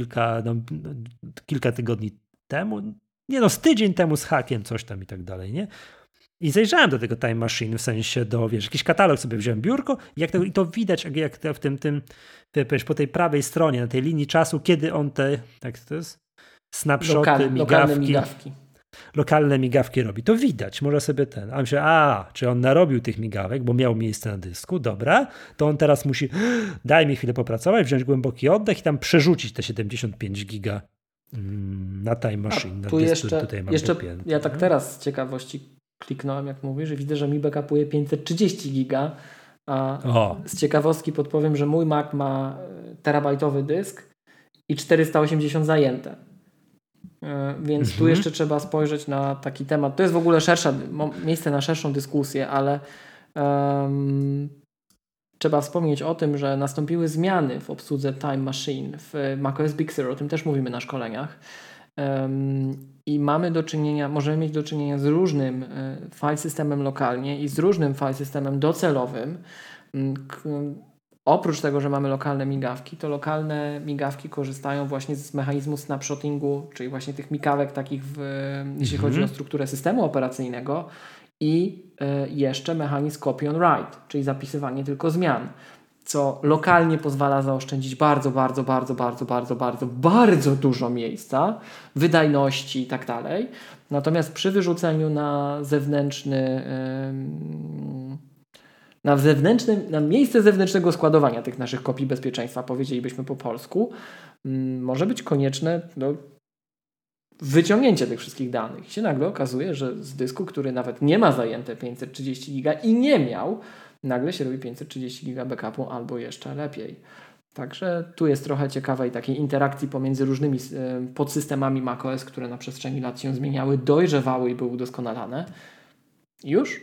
Speaker 2: kilka tygodni temu, z tydzień temu z hakiem, coś tam i tak dalej, nie? I zajrzałem do tego Time Machine, w sensie jakiś katalog sobie wziąłem, biurko i to widać, jak w tym po tej prawej stronie, na tej linii czasu, kiedy on jak to jest? Snapshoty, migawki. Lokalne migawki robi. To widać, może sobie a myślę, czy on narobił tych migawek, bo miał miejsce na dysku, dobra, to on teraz musi, daj mi chwilę popracować, wziąć głęboki oddech i tam przerzucić te 75 giga na Time Machine.
Speaker 1: Tu jeszcze ja tak teraz z ciekawości kliknąłem, jak mówisz, że widzę, że mi backupuje 530 giga, a z ciekawostki podpowiem, że mój Mac ma terabajtowy dysk i 480 zajęte. Więc tu jeszcze trzeba spojrzeć na taki temat. To jest w ogóle miejsce na szerszą dyskusję, ale trzeba wspomnieć o tym, że nastąpiły zmiany w obsłudze Time Machine w macOS Big Sur, o tym też mówimy na szkoleniach. I możemy mieć do czynienia z różnym file systemem lokalnie i z różnym file systemem docelowym. Oprócz tego, że mamy lokalne migawki, to lokalne migawki korzystają właśnie z mechanizmu snapshottingu, czyli właśnie tych migawek takich, jeśli chodzi o strukturę systemu operacyjnego i jeszcze mechanizm copy on write, czyli zapisywanie tylko zmian, co lokalnie pozwala zaoszczędzić bardzo dużo miejsca, wydajności i tak dalej. Natomiast przy wyrzuceniu na miejsce zewnętrznego składowania tych naszych kopii bezpieczeństwa, powiedzielibyśmy po polsku, może być konieczne wyciągnięcie tych wszystkich danych. I się nagle okazuje, że z dysku, który nawet nie ma zajęte 530 giga i nie miał, nagle się robi 530 giga backupu albo jeszcze lepiej. Także tu jest trochę ciekawej takiej interakcji pomiędzy różnymi podsystemami macOS, które na przestrzeni lat się zmieniały, dojrzewały i były udoskonalane. Już?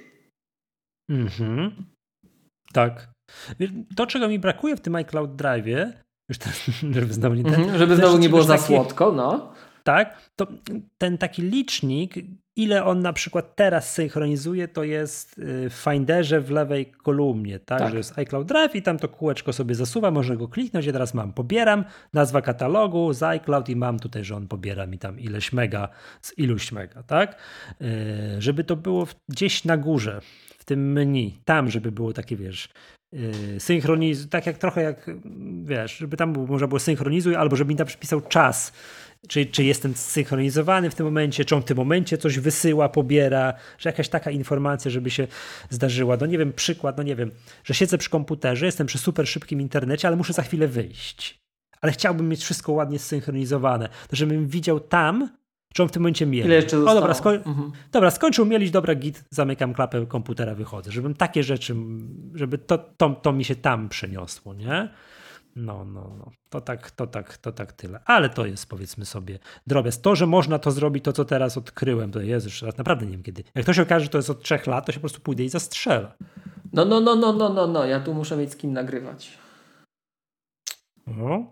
Speaker 1: Tak. To, czego mi brakuje w tym iCloud Drive'ie, żeby znowu nie było za słodko, no. Tak, to ten taki licznik, ile on na przykład teraz synchronizuje, to jest w Finderze w lewej kolumnie, tak? Że jest iCloud Drive i tam to kółeczko sobie zasuwa, można go kliknąć, ja teraz pobieram, nazwa katalogu z iCloud i mam tutaj, że on pobiera mi tam ileś mega z iluś mega, tak? Żeby to było gdzieś na górze, w tym menu, tam żeby było takie, tak jak trochę jak, żeby tam można było synchronizuj, albo żeby mi tam przypisał czas, czy jestem zsynchronizowany w tym momencie, czy on w tym momencie coś wysyła, pobiera, że jakaś taka informacja, żeby się zdarzyła. Przykład, że siedzę przy komputerze, jestem przy super szybkim internecie, ale muszę za chwilę wyjść. Ale chciałbym mieć wszystko ładnie zsynchronizowane, żebym widział tam, czy on w tym momencie mieli. Ile jeszcze zostało? Dobra, skończył mielić, dobra, git, zamykam klapę komputera, wychodzę. Żebym takie rzeczy, żeby to mi się tam przeniosło, nie? No. To tak tyle. Ale to jest, powiedzmy sobie, drobiazg. To, że można to zrobić, to co teraz odkryłem, to jest już naprawdę nie wiem kiedy. Jak to się okaże, że to jest od 3 lat, to się po prostu pójdę i zastrzelę. No. Ja tu muszę mieć z kim nagrywać. No.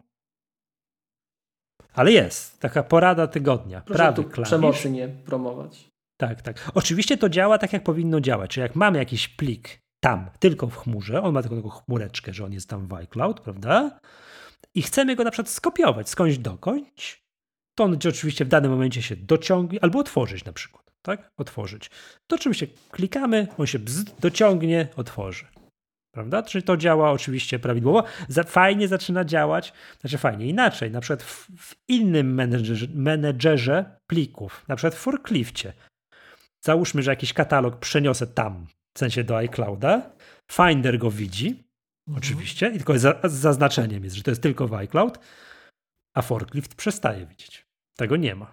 Speaker 1: Ale jest. Taka porada tygodnia. Proszę tu przemocy nie promować.
Speaker 2: Tak. Oczywiście to działa tak, jak powinno działać. Czyli jak mamy jakiś plik tam, tylko w chmurze, on ma tylko taką chmureczkę, że on jest tam w iCloud, prawda? I chcemy go na przykład skopiować skądś dokądś, to on oczywiście w danym momencie się dociągnie, albo otworzyć na przykład, tak? Otworzyć. To oczywiście klikamy, on się dociągnie, otworzy. Prawda? Czyli to działa oczywiście prawidłowo. Fajnie zaczyna działać, znaczy fajnie inaczej, na przykład w innym menedżerze plików, na przykład w Forklifcie. Załóżmy, że jakiś katalog przeniosę tam, w sensie do iClouda, Finder go widzi, oczywiście, i tylko z zaznaczeniem jest, że to jest tylko w iCloud, a Forklift przestaje widzieć. Tego nie ma.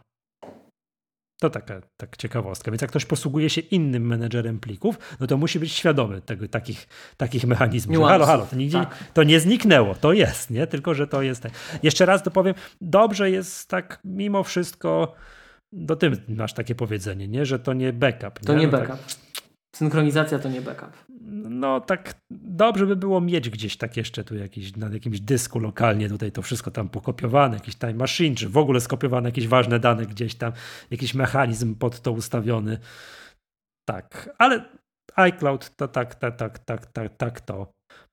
Speaker 2: To taka ciekawostka. Więc jak ktoś posługuje się innym menedżerem plików, no to musi być świadomy takich mechanizmów. Halo, to nie zniknęło, to jest, nie? Tylko że to jest. Jeszcze raz dopowiem, dobrze jest tak mimo wszystko, ty masz takie powiedzenie, nie? Że to nie backup.
Speaker 1: To nie backup. Synchronizacja to nie backup.
Speaker 2: No tak dobrze by było mieć gdzieś tak jeszcze tu na jakimś dysku lokalnie tutaj to wszystko tam pokopiowane, jakiś time machine, czy w ogóle skopiowane jakieś ważne dane gdzieś tam, jakiś mechanizm pod to ustawiony. Tak, ale iCloud to tak to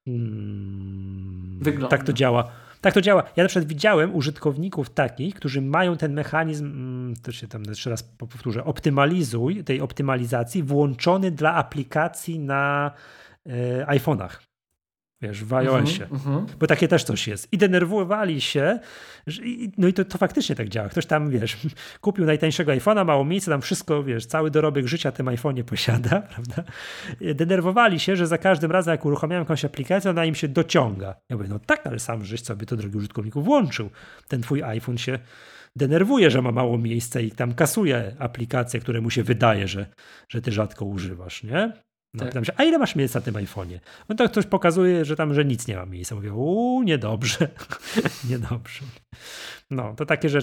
Speaker 1: wygląda.
Speaker 2: Tak to działa. Tak to działa. Ja na przykład widziałem użytkowników takich, którzy mają ten mechanizm, to się tam jeszcze raz powtórzę, tej optymalizacji włączony dla aplikacji na iPhone'ach. Wiesz, w iOSie. Bo takie też coś jest. I denerwowali się, no i to faktycznie tak działa. Ktoś tam, wiesz, kupił najtańszego iPhone'a, mało miejsca, tam wszystko, wiesz, cały dorobek życia tym iPhone'ie posiada, prawda? Denerwowali się, że za każdym razem, jak uruchamiałem jakąś aplikację, ona im się dociąga. Ja mówię, no tak, ale sam żeś sobie to, drogi użytkowniku, włączył. Ten twój iPhone się denerwuje, że ma mało miejsca i tam kasuje aplikacje, które mu się wydaje, że ty rzadko używasz, nie? No, pytam się, a ile masz miejsca na tym iPhone'ie? No to ktoś pokazuje, że nic nie ma miejsca. Mówię, niedobrze. Niedobrze. No, to takie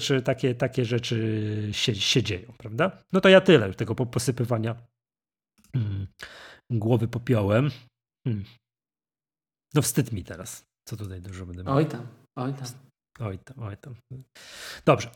Speaker 2: rzeczy się dzieją, prawda? No to ja tyle tego posypywania głowy popiołem. No wstyd mi teraz. Co tutaj dużo będę mówił. Oj tam. Dobrze.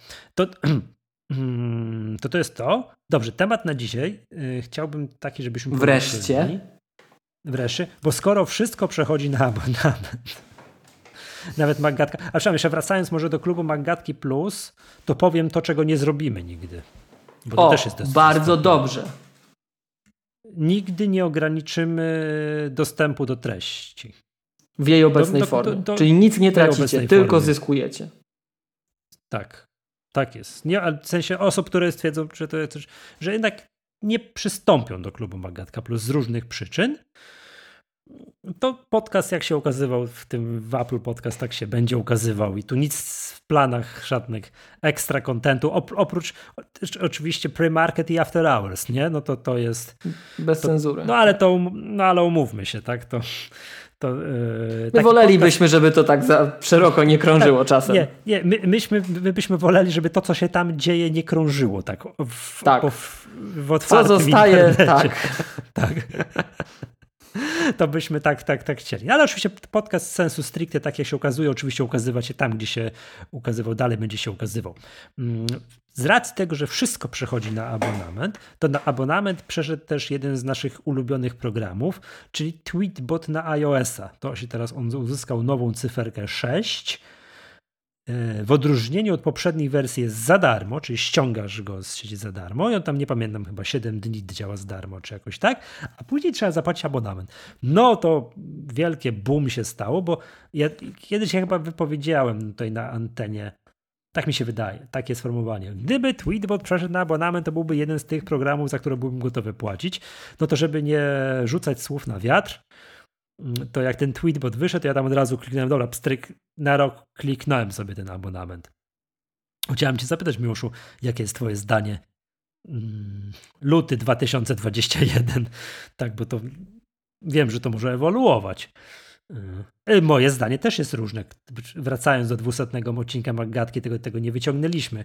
Speaker 2: To jest to. Dobrze, temat na dzisiaj. Chciałbym taki, żebyśmy... Wreszcie, bo skoro wszystko przechodzi na abonament, nawet Maggatka... A przynajmniej jeszcze wracając może do klubu Maggatki Plus, to powiem to, czego nie zrobimy nigdy. Bo to też jest
Speaker 1: bardzo dobrze.
Speaker 2: Nigdy nie ograniczymy dostępu do treści.
Speaker 1: W jej obecnej formie. Czyli nic nie tracicie, tylko zyskujecie.
Speaker 2: Tak jest. Nie, w sensie osób, które stwierdzą, że jednak nie przystąpią do klubu Maggatka Plus z różnych przyczyn. To podcast, jak się ukazywał w Apple Podcast, tak się będzie ukazywał i tu nic w planach żadnych ekstra kontentu, oprócz oczywiście pre-market i after hours, nie? No to jest...
Speaker 1: Bez cenzury.
Speaker 2: Ale umówmy się, tak?
Speaker 1: My wolelibyśmy, żeby to tak za szeroko nie krążyło czasem.
Speaker 2: Nie, my byśmy woleli, żeby to, co się tam dzieje, nie krążyło tak w otwartym
Speaker 1: co zostaje,
Speaker 2: internecie. Tak. To byśmy tak chcieli. Ale oczywiście podcast sensu stricte, tak jak się ukazuje, oczywiście ukazywać się tam, gdzie się ukazywał, dalej będzie się ukazywał. Z racji tego, że wszystko przechodzi na abonament, to na abonament przeszedł też jeden z naszych ulubionych programów, czyli Tweetbot na iOS-a. To się teraz on uzyskał nową cyferkę 6. W odróżnieniu od poprzednich wersji jest za darmo, czyli ściągasz go z sieci za darmo i on tam, nie pamiętam, chyba 7 dni działa za darmo, czy jakoś tak, a później trzeba zapłacić abonament. No to wielkie boom się stało, bo ja kiedyś chyba wypowiedziałem tutaj na antenie, tak mi się wydaje, takie sformułowanie. Gdyby Tweetbot przeszedł na abonament, to byłby jeden z tych programów, za które byłbym gotowy płacić. No to żeby nie rzucać słów na wiatr, to jak ten Tweetbot wyszedł, ja tam od razu kliknąłem, dobra, pstryk, na rok kliknąłem sobie ten abonament. Chciałem cię zapytać, Miłoszu, jakie jest twoje zdanie? Luty 2021, tak, bo to wiem, że to może ewoluować. Moje zdanie też jest różne. Wracając do 200 odcinka Maggatki, tego nie wyciągnęliśmy.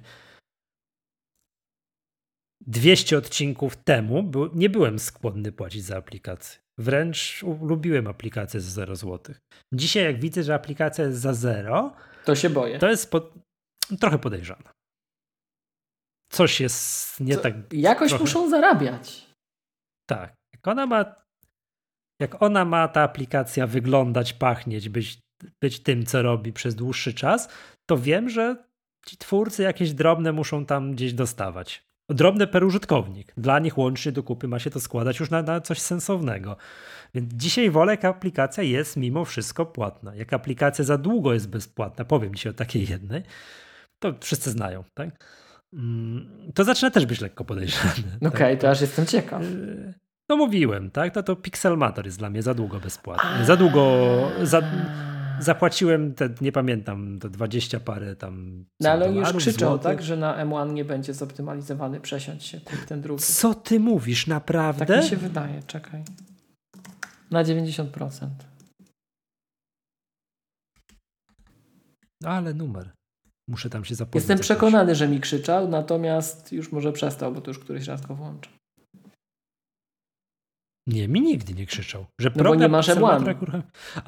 Speaker 2: 200 odcinków temu nie byłem skłonny płacić za aplikację. Wręcz lubiłem aplikację za 0 zł. Dzisiaj jak widzę, że aplikacja jest za 0,
Speaker 1: to się boję.
Speaker 2: To jest trochę podejrzane. Coś jest nie tak...
Speaker 1: Jakoś trochę... muszą zarabiać.
Speaker 2: Tak. Jak ona ma ta aplikacja wyglądać, pachnieć, być tym, co robi przez dłuższy czas, to wiem, że ci twórcy jakieś drobne muszą tam gdzieś dostawać. Drobne per użytkownik. Dla nich łącznie do kupy ma się to składać już na coś sensownego. Więc dzisiaj wolę, jak aplikacja jest mimo wszystko płatna. Jak aplikacja za długo jest bezpłatna, powiem dzisiaj o takiej jednej, to wszyscy znają, tak? To zaczyna też być lekko podejrzane.
Speaker 1: Okej, to aż jestem ciekaw.
Speaker 2: No mówiłem, tak? To Pixelmator jest dla mnie za długo bezpłatny. Za długo zapłaciłem, nie pamiętam, to 20 parę tam.
Speaker 1: No ale oni już krzyczą, tak, że na M1 nie będzie zoptymalizowany, przesiądź się, kup ten drugi.
Speaker 2: Co ty mówisz, naprawdę?
Speaker 1: Tak mi się wydaje, czekaj. Na 90%.
Speaker 2: Ale numer. Muszę tam się zapomnieć.
Speaker 1: Jestem przekonany, że mi krzyczał, natomiast już może przestał, bo to już któryś raz go włączę.
Speaker 2: Nie, mi nigdy nie krzyczał. Że
Speaker 1: no bo nie masz M1.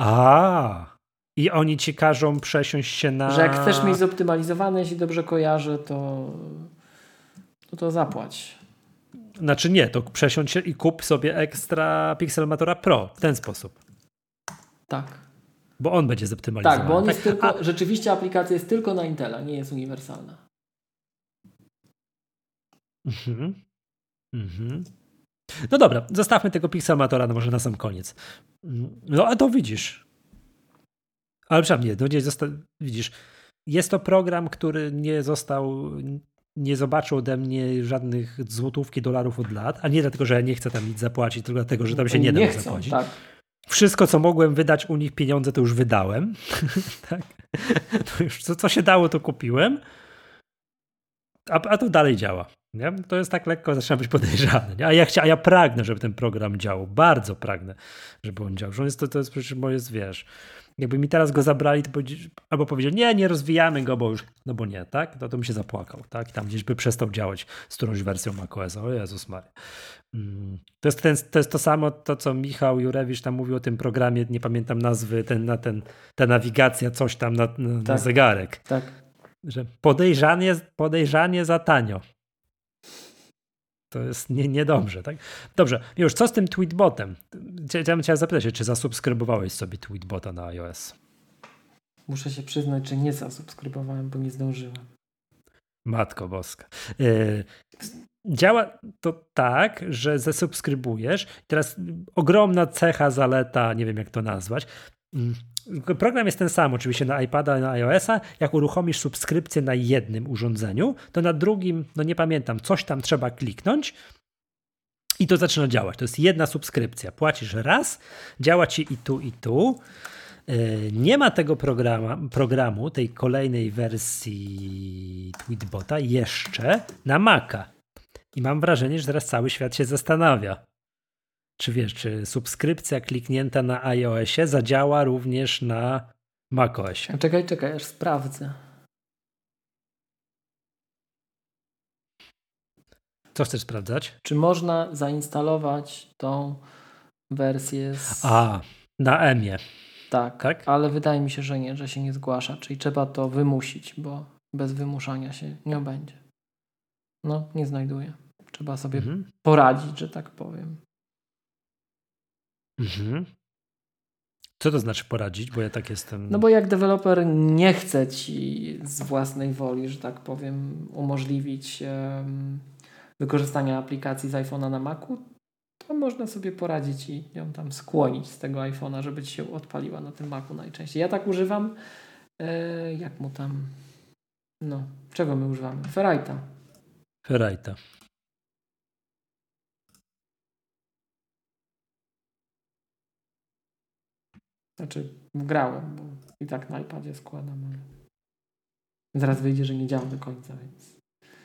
Speaker 2: I oni ci każą przesiąść się na...
Speaker 1: Że jak chcesz mieć zoptymalizowane, jeśli dobrze kojarzę, to zapłać.
Speaker 2: Znaczy nie, to przesiądź się i kup sobie ekstra Pixelmatora Pro w ten sposób.
Speaker 1: Tak.
Speaker 2: Bo on będzie zoptymalizowany.
Speaker 1: Tak, bo on jest tylko... Rzeczywiście aplikacja jest tylko na Intela, nie jest uniwersalna.
Speaker 2: No dobra, zostawmy tego Pixelmatora może na sam koniec. No a to widzisz. Ale przynajmniej widzisz, jest to program, który nie zobaczył ode mnie żadnych złotówki, dolarów od lat, a nie dlatego, że ja nie chcę tam nic zapłacić, tylko dlatego, że tam się nie da zapłacić. Tak. Wszystko, co mogłem wydać u nich pieniądze, to już wydałem. Tak. To już co się dało, to kupiłem. A to dalej działa. Nie? To jest tak lekko, zaczyna być podejrzane. Nie? A ja pragnę, żeby ten program działał. Bardzo pragnę, żeby on działał. To jest przecież moje, wiesz, jakby mi teraz go zabrali, to albo powiedzieli, nie rozwijamy go, bo już, no bo nie, tak? To bym się zapłakał, tak? I tam gdzieś by przestał działać z którąś wersją macOS-a. O Jezus Maria. To jest to samo, to co Michał Jurewicz tam mówił o tym programie, nie pamiętam nazwy, ta nawigacja, coś tam na zegarek.
Speaker 1: Tak. Że
Speaker 2: podejrzanie za tanio. To jest niedobrze, tak? Dobrze, już co z tym Tweetbotem? Chciałem zapytać się, czy zasubskrybowałeś sobie Tweetbota na iOS?
Speaker 1: Muszę się przyznać, że nie zasubskrybowałem, bo nie zdążyłem.
Speaker 2: Matko boska. Działa to tak, że zasubskrybujesz. Teraz ogromna cecha, zaleta, nie wiem jak to nazwać. Program jest ten sam oczywiście na iPada i na iOS-a. Jak uruchomisz subskrypcję na jednym urządzeniu, to na drugim, no nie pamiętam, coś tam trzeba kliknąć i to zaczyna działać. To jest jedna subskrypcja. Płacisz raz, działa ci i tu, i tu. Nie ma tego programu, tej kolejnej wersji Tweetbota jeszcze na Maca. I mam wrażenie, że teraz cały świat się zastanawia. Czy subskrypcja kliknięta na iOSie zadziała również na macOSie?
Speaker 1: Czekaj, aż sprawdzę.
Speaker 2: Co chcesz sprawdzać?
Speaker 1: Czy można zainstalować tą wersję
Speaker 2: na Emie.
Speaker 1: Tak, ale wydaje mi się, że nie, że się nie zgłasza. Czyli trzeba to wymusić, bo bez wymuszania się nie obędzie. No, nie znajduję. Trzeba sobie poradzić, że tak powiem.
Speaker 2: Co to znaczy poradzić? Bo ja tak jestem...
Speaker 1: No bo jak deweloper nie chce ci z własnej woli, że tak powiem, umożliwić wykorzystania aplikacji z iPhone'a na Macu, to można sobie poradzić i ją tam skłonić z tego iPhone'a, żeby ci się odpaliła na tym Macu najczęściej. Ja tak używam, jak mu tam, no, czego my używamy? Ferrite'a. Znaczy grałem, bo i tak na iPadzie składam, ale zaraz wyjdzie, że nie działa do końca, więc...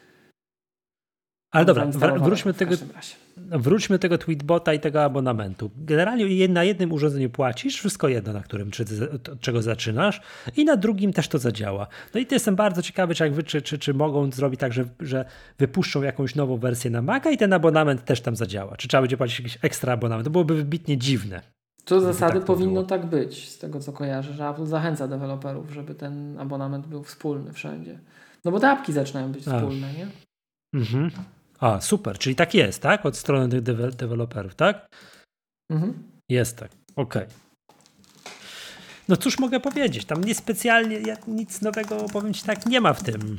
Speaker 2: Ale dobra, wróćmy tego Tweetbota i tego abonamentu. Generalnie na jednym urządzeniu płacisz, wszystko jedno, na którym czego zaczynasz i na drugim też to zadziała. No i to jestem bardzo ciekawy, czy mogą zrobić tak, że wypuszczą jakąś nową wersję na Maca i ten abonament też tam zadziała. Czy trzeba będzie płacić jakiś ekstra abonament? To byłoby wybitnie dziwne.
Speaker 1: Co z zasady powinno tak być, z tego co kojarzę, że Apple zachęca deweloperów, żeby ten abonament był wspólny wszędzie. No bo te apki zaczynają być wspólne, nie?
Speaker 2: Super, czyli tak jest, tak? Od strony tych deweloperów, tak? Jest tak, okej. No cóż mogę powiedzieć, tam niespecjalnie nic nowego, powiem ci tak, nie ma w tym,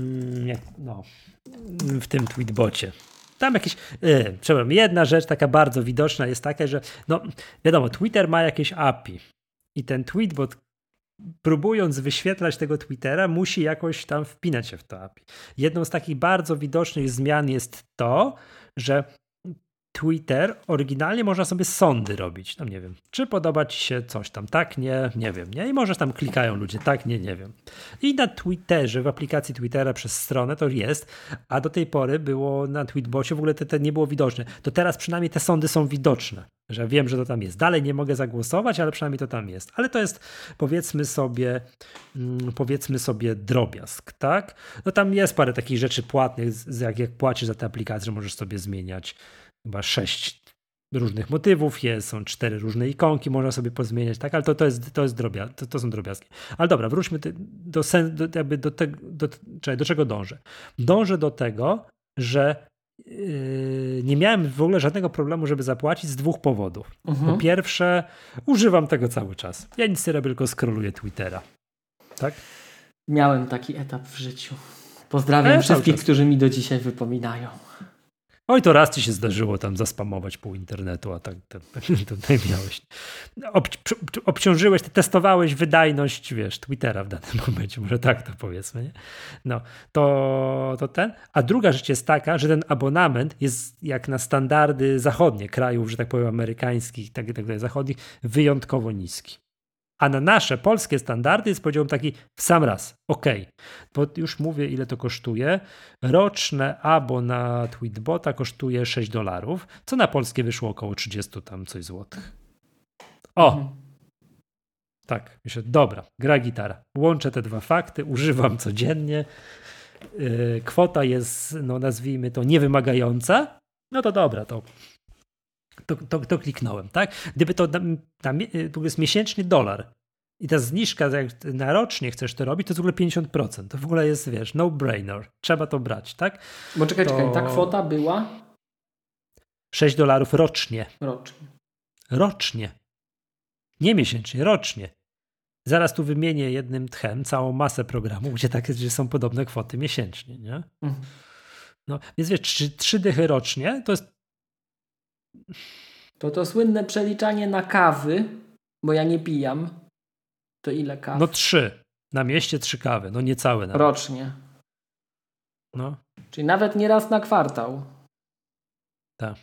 Speaker 2: w tym tweetbocie. Tam jakieś, przepraszam, jedna rzecz taka bardzo widoczna jest taka, że no wiadomo, Twitter ma jakieś API i ten tweetbot, próbując wyświetlać tego Twittera, musi jakoś tam wpinać się w to API. Jedną z takich bardzo widocznych zmian jest to, że Twitter, oryginalnie można sobie sądy robić. Tam nie wiem, czy podoba ci się coś tam, tak, nie wiem, nie? I możesz tam klikają ludzie, tak, nie wiem. I na Twitterze, w aplikacji Twittera przez stronę to jest, a do tej pory było na Tweetbocie, w ogóle to nie było widoczne. To teraz przynajmniej te sądy są widoczne, że wiem, że to tam jest. Dalej nie mogę zagłosować, ale przynajmniej to tam jest. Ale to jest, powiedzmy sobie drobiazg, tak? No tam jest parę takich rzeczy płatnych, jak płacisz za tę aplikację, że możesz sobie zmieniać chyba 6 różnych motywów jest, są 4 różne ikonki, można sobie pozmieniać, tak, ale to są drobiazgi. Ale dobra, wróćmy do czego dążę. Dążę do tego, że nie miałem w ogóle żadnego problemu, żeby zapłacić z 2 powodów. Po pierwsze, używam tego cały czas. Ja nic nie robię, tylko scrolluję Twittera. Tak?
Speaker 1: Miałem taki etap w życiu. Pozdrawiam wszystkich, którzy mi do dzisiaj wypominają.
Speaker 2: Oj, to raz ci się zdarzyło tam zaspamować pół internetu, a tak tutaj miałeś. Obciążyłeś, testowałeś wydajność, Twittera w danym momencie, może tak to powiedzmy, nie? No, to ten. A druga rzecz jest taka, że ten abonament jest jak na standardy zachodnie, krajów, że tak powiem, amerykańskich, tak dalej, zachodnich, wyjątkowo niski. A na nasze polskie standardy jest, powiedziałbym, taki w sam raz. Okej, bo już mówię, ile to kosztuje. Roczne abo na Tweetbota kosztuje $6, co na polskie wyszło około 30 tam coś złotych. Tak, myślę, dobra, gra gitara. Łączę te 2 fakty, używam codziennie. Kwota jest, no nazwijmy to, niewymagająca. No to dobra, to kliknąłem, tak? Gdyby to jest miesięcznie $1 i ta zniżka, jak na rocznie chcesz to robić, to jest w ogóle 50%. To w ogóle jest, no-brainer. Trzeba to brać, tak?
Speaker 1: Bo czekaj, ta kwota była?
Speaker 2: $6 rocznie.
Speaker 1: Rocznie.
Speaker 2: Nie miesięcznie, rocznie. Zaraz tu wymienię jednym tchem całą masę programów, gdzie są podobne kwoty miesięcznie, nie? No, więc 3 dychy rocznie to jest
Speaker 1: To słynne przeliczanie na kawy, bo ja nie pijam. To ile kaw?
Speaker 2: No 3. Na mieście 3 kawy. No niecałe nawet.
Speaker 1: Rocznie.
Speaker 2: No.
Speaker 1: Czyli nawet nie raz na kwartał.
Speaker 2: Tak.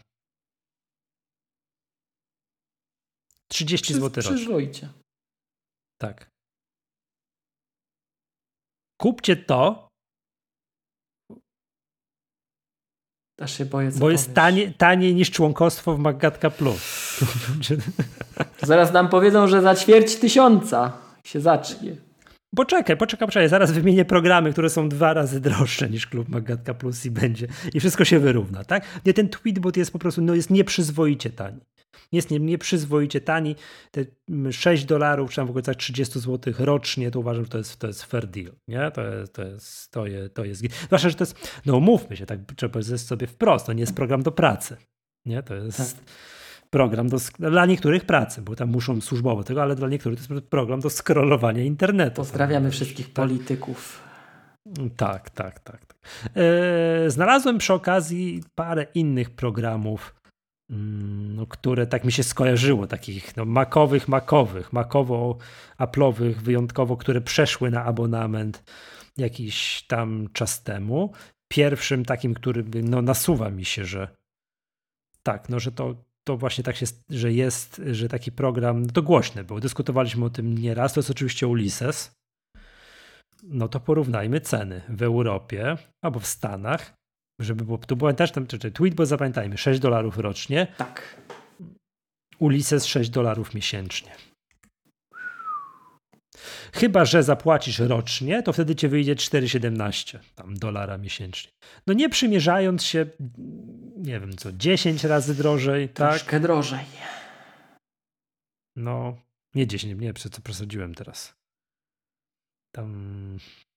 Speaker 2: 30 zł rocznie.
Speaker 1: Przyzwoicie.
Speaker 2: Tak. Kupcie to.
Speaker 1: Aż się boję, co
Speaker 2: bo jest taniej niż członkostwo w Magatka Plus.
Speaker 1: Zaraz nam powiedzą, że za 250 się zacznie.
Speaker 2: Poczekaj, zaraz wymienię programy, które są 2 razy droższe niż klub Magatka Plus i wszystko się wyrówna, tak? Nie, ten Tweetbot jest po prostu, jest nieprzyzwoicie tani. Jest nieprzyzwoicie tani. Te $6, czy tam w okolicach 30 zł rocznie, to uważam, że to jest fair deal, nie? To jest. Zwłaszcza, że to jest, no umówmy się, tak trzeba powiedzieć sobie wprost, to nie jest program do pracy, nie? To jest program dla niektórych pracy, bo tam muszą służbowo tego, ale dla niektórych to jest program do scrollowania internetu.
Speaker 1: Pozdrawiamy wszystkich polityków.
Speaker 2: Tak. Znalazłem przy okazji parę innych programów, które tak mi się skojarzyło, takich makowo-aplowych wyjątkowo, które przeszły na abonament jakiś tam czas temu. Pierwszym takim, który nasuwa mi się, że tak, że to właśnie tak się, że taki program, to głośny był, dyskutowaliśmy o tym nieraz, to jest oczywiście Ulysses. No to porównajmy ceny w Europie albo w Stanach, żeby było, to była też tam, Tweetbot, zapamiętajmy, $6 rocznie.
Speaker 1: Tak.
Speaker 2: Ulysses $6 miesięcznie. Chyba że zapłacisz rocznie, to wtedy cię wyjdzie 4,17 tam $, miesięcznie. No nie przymierzając się, nie wiem co, 10 razy drożej, tak?
Speaker 1: Troszkę drożej.
Speaker 2: No, nie 10, nie, co przesadziłem teraz. Tam...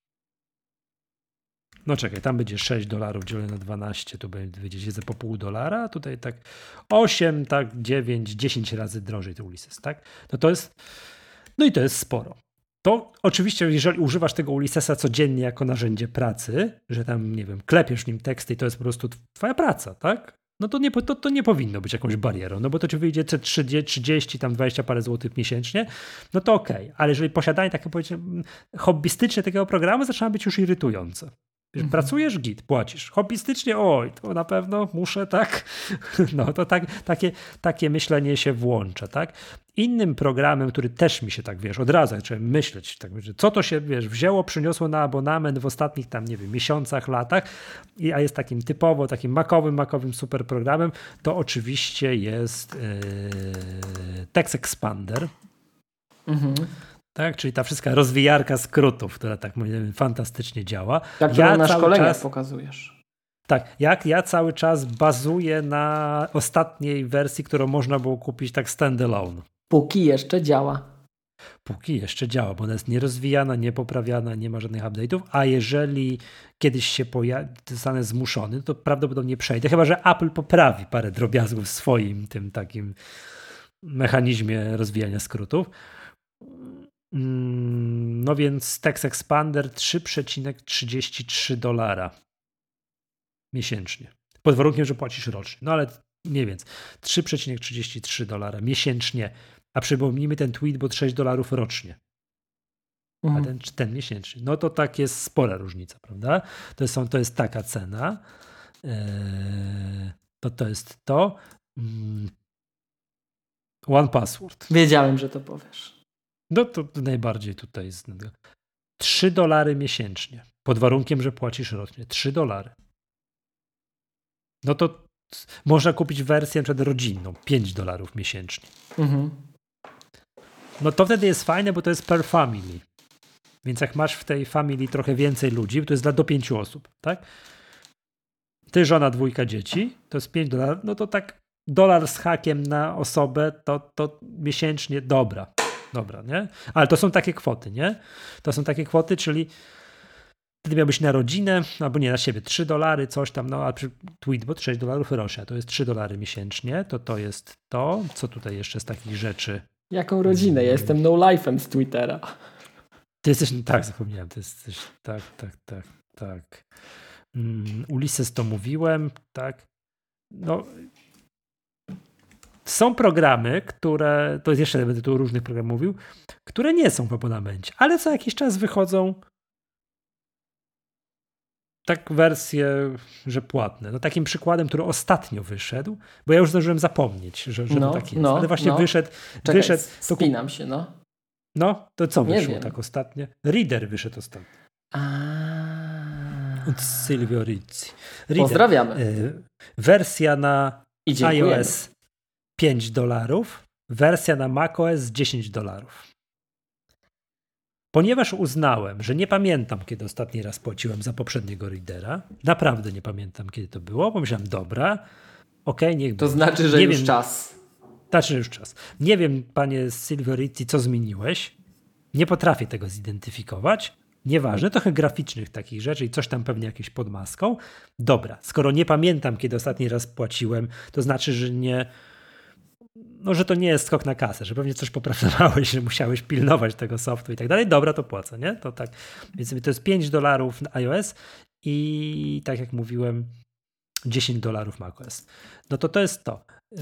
Speaker 2: No czekaj, tam będzie $6 dzielone na 12, tu będzie za po $0,5, a tutaj tak 8, tak 9, 10 razy drożej to Ulysses, tak? No to jest No i to jest sporo. To oczywiście, jeżeli używasz tego Ulyssesa codziennie jako narzędzie pracy, że tam, nie wiem, klepiesz nim teksty i to jest po prostu twoja praca, tak? No to nie powinno być jakąś barierą, no bo to ci wyjdzie 30, tam 20 parę złotych miesięcznie, no to okej. Ale jeżeli posiadanie, tak jak powiedziałem, hobbystycznie takiego programu zaczyna być już irytujące. Pracujesz, git, płacisz. Hobbystycznie, oj, to na pewno muszę, tak? No to takie myślenie się włącza, tak? Innym programem, który też mi się tak, od razu zacząłem myśleć, tak, że co to się, wzięło, przyniosło na abonament w ostatnich tam, nie wiem, miesiącach, latach, a jest takim typowo, takim makowym super programem, to oczywiście jest Text Expander. Tak, czyli ta wszystka rozwijarka skrótów, która tak mówię, fantastycznie działa.
Speaker 1: Tak, ja na szkoleniach pokazujesz.
Speaker 2: Tak, ja cały czas bazuję na ostatniej wersji, którą można było kupić tak standalone.
Speaker 1: Póki jeszcze działa.
Speaker 2: Póki jeszcze działa, bo ona jest nierozwijana, niepoprawiana, nie ma żadnych update'ów, a jeżeli kiedyś się zostanę zmuszony, to prawdopodobnie przejdę, chyba że Apple poprawi parę drobiazgów w swoim tym takim mechanizmie rozwijania skrótów. No więc Text Expander $3,33 miesięcznie. Pod warunkiem, że płacisz rocznie. No ale nie więc. $3,33 miesięcznie. A przypomnijmy ten tweet, bo $6 rocznie. A ten miesięcznie. No to tak jest spora różnica, prawda? To jest taka cena. To jest to. One Password.
Speaker 1: Wiedziałem, że to powiesz.
Speaker 2: No to najbardziej tutaj jest $3 miesięcznie. Pod warunkiem, że płacisz rocznie. $3. No to można kupić wersję np. rodzinną. $5 miesięcznie. No to wtedy jest fajne, bo to jest per family. Więc jak masz w tej family trochę więcej ludzi, to jest do 5 osób, tak? Ty, żona, 2 dzieci, to jest $5, no to tak $1 z hakiem na osobę, to miesięcznie dobra, nie? Ale to są takie kwoty, nie? To są takie kwoty, czyli wtedy miałbyś na rodzinę, albo nie, na siebie $3, coś tam, no a przy tweet, bo $6 rośnie, to jest $3 miesięcznie, to jest to, co tutaj jeszcze z takich rzeczy.
Speaker 1: Jaką rodzinę? Ja jestem no life'em z Twittera.
Speaker 2: Ty jesteś, tak, zapomniałem, ty jesteś, tak. Ulysses to mówiłem, tak. No, są programy, które, to jest jeszcze, będę tu o różnych programach mówił, które nie są w abonamencie, ale co jakiś czas wychodzą tak wersje, że płatne. No takim przykładem, który ostatnio wyszedł, bo ja już zdążyłem zapomnieć, że to tak jest, ale właśnie wyszedł.
Speaker 1: Spinam się, no.
Speaker 2: No, to co wyszło tak ostatnio? Reader wyszedł ostatnio. Od Silvio Rizzi.
Speaker 1: Pozdrawiamy.
Speaker 2: Wersja na iOS $5, wersja na macOS $10. Ponieważ uznałem, że nie pamiętam, kiedy ostatni raz płaciłem za poprzedniego readera, naprawdę nie pamiętam, kiedy to było, pomyślałem, dobra, okej, niech
Speaker 1: to znaczy, że już czas.
Speaker 2: Znaczy, że już czas. Nie wiem, panie Silvio Rizzi, co zmieniłeś. Nie potrafię tego zidentyfikować. Nieważne, trochę graficznych takich rzeczy i coś tam pewnie jakieś pod maską. Dobra, skoro nie pamiętam, kiedy ostatni raz płaciłem, to znaczy, że że to nie jest skok na kasę, że pewnie coś popracowałeś, że musiałeś pilnować tego softu i tak dalej. Dobra, to płacę, nie? To tak. Więc to jest $5 na iOS i tak jak mówiłem, $10 macOS. No to jest to.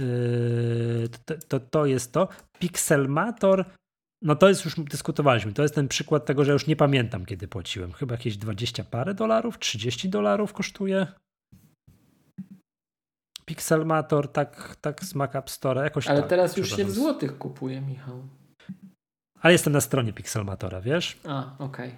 Speaker 2: To jest to. Pixelmator, no to jest już, dyskutowaliśmy, to jest ten przykład tego, że już nie pamiętam, kiedy płaciłem. Chyba jakieś 20 parę dolarów, $30 kosztuje. Pixelmator, tak z Mac App Store, jakoś
Speaker 1: ale
Speaker 2: tak.
Speaker 1: teraz już się w złotych kupuje, Michał.
Speaker 2: Ale jestem na stronie Pixelmatora, wiesz?
Speaker 1: Okej.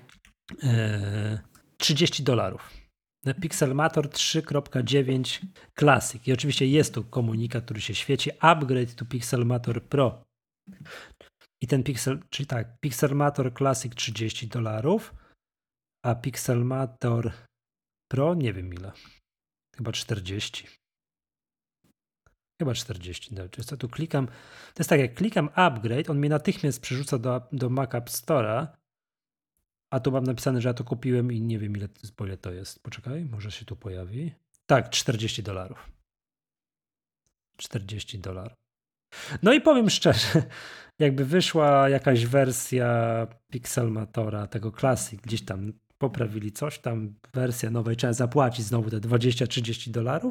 Speaker 2: $30. Pixelmator 3.9 Classic. I oczywiście jest tu komunikat, który się świeci. Upgrade to Pixelmator Pro. I ten czyli tak, Pixelmator Classic $30, a Pixelmator Pro nie wiem ile. Chyba 40. Chyba 40. Dobrze, co tu klikam? To jest tak, jak klikam upgrade, on mnie natychmiast przerzuca do Mac App Store'a, a tu mam napisane, że ja to kupiłem i nie wiem ile to jest. Poczekaj, może się tu pojawi. Tak, $40. $40. No i powiem szczerze, jakby wyszła jakaś wersja Pixelmatora, tego Classic, gdzieś tam poprawili coś tam, wersja nowej, trzeba zapłacić znowu te $20-30,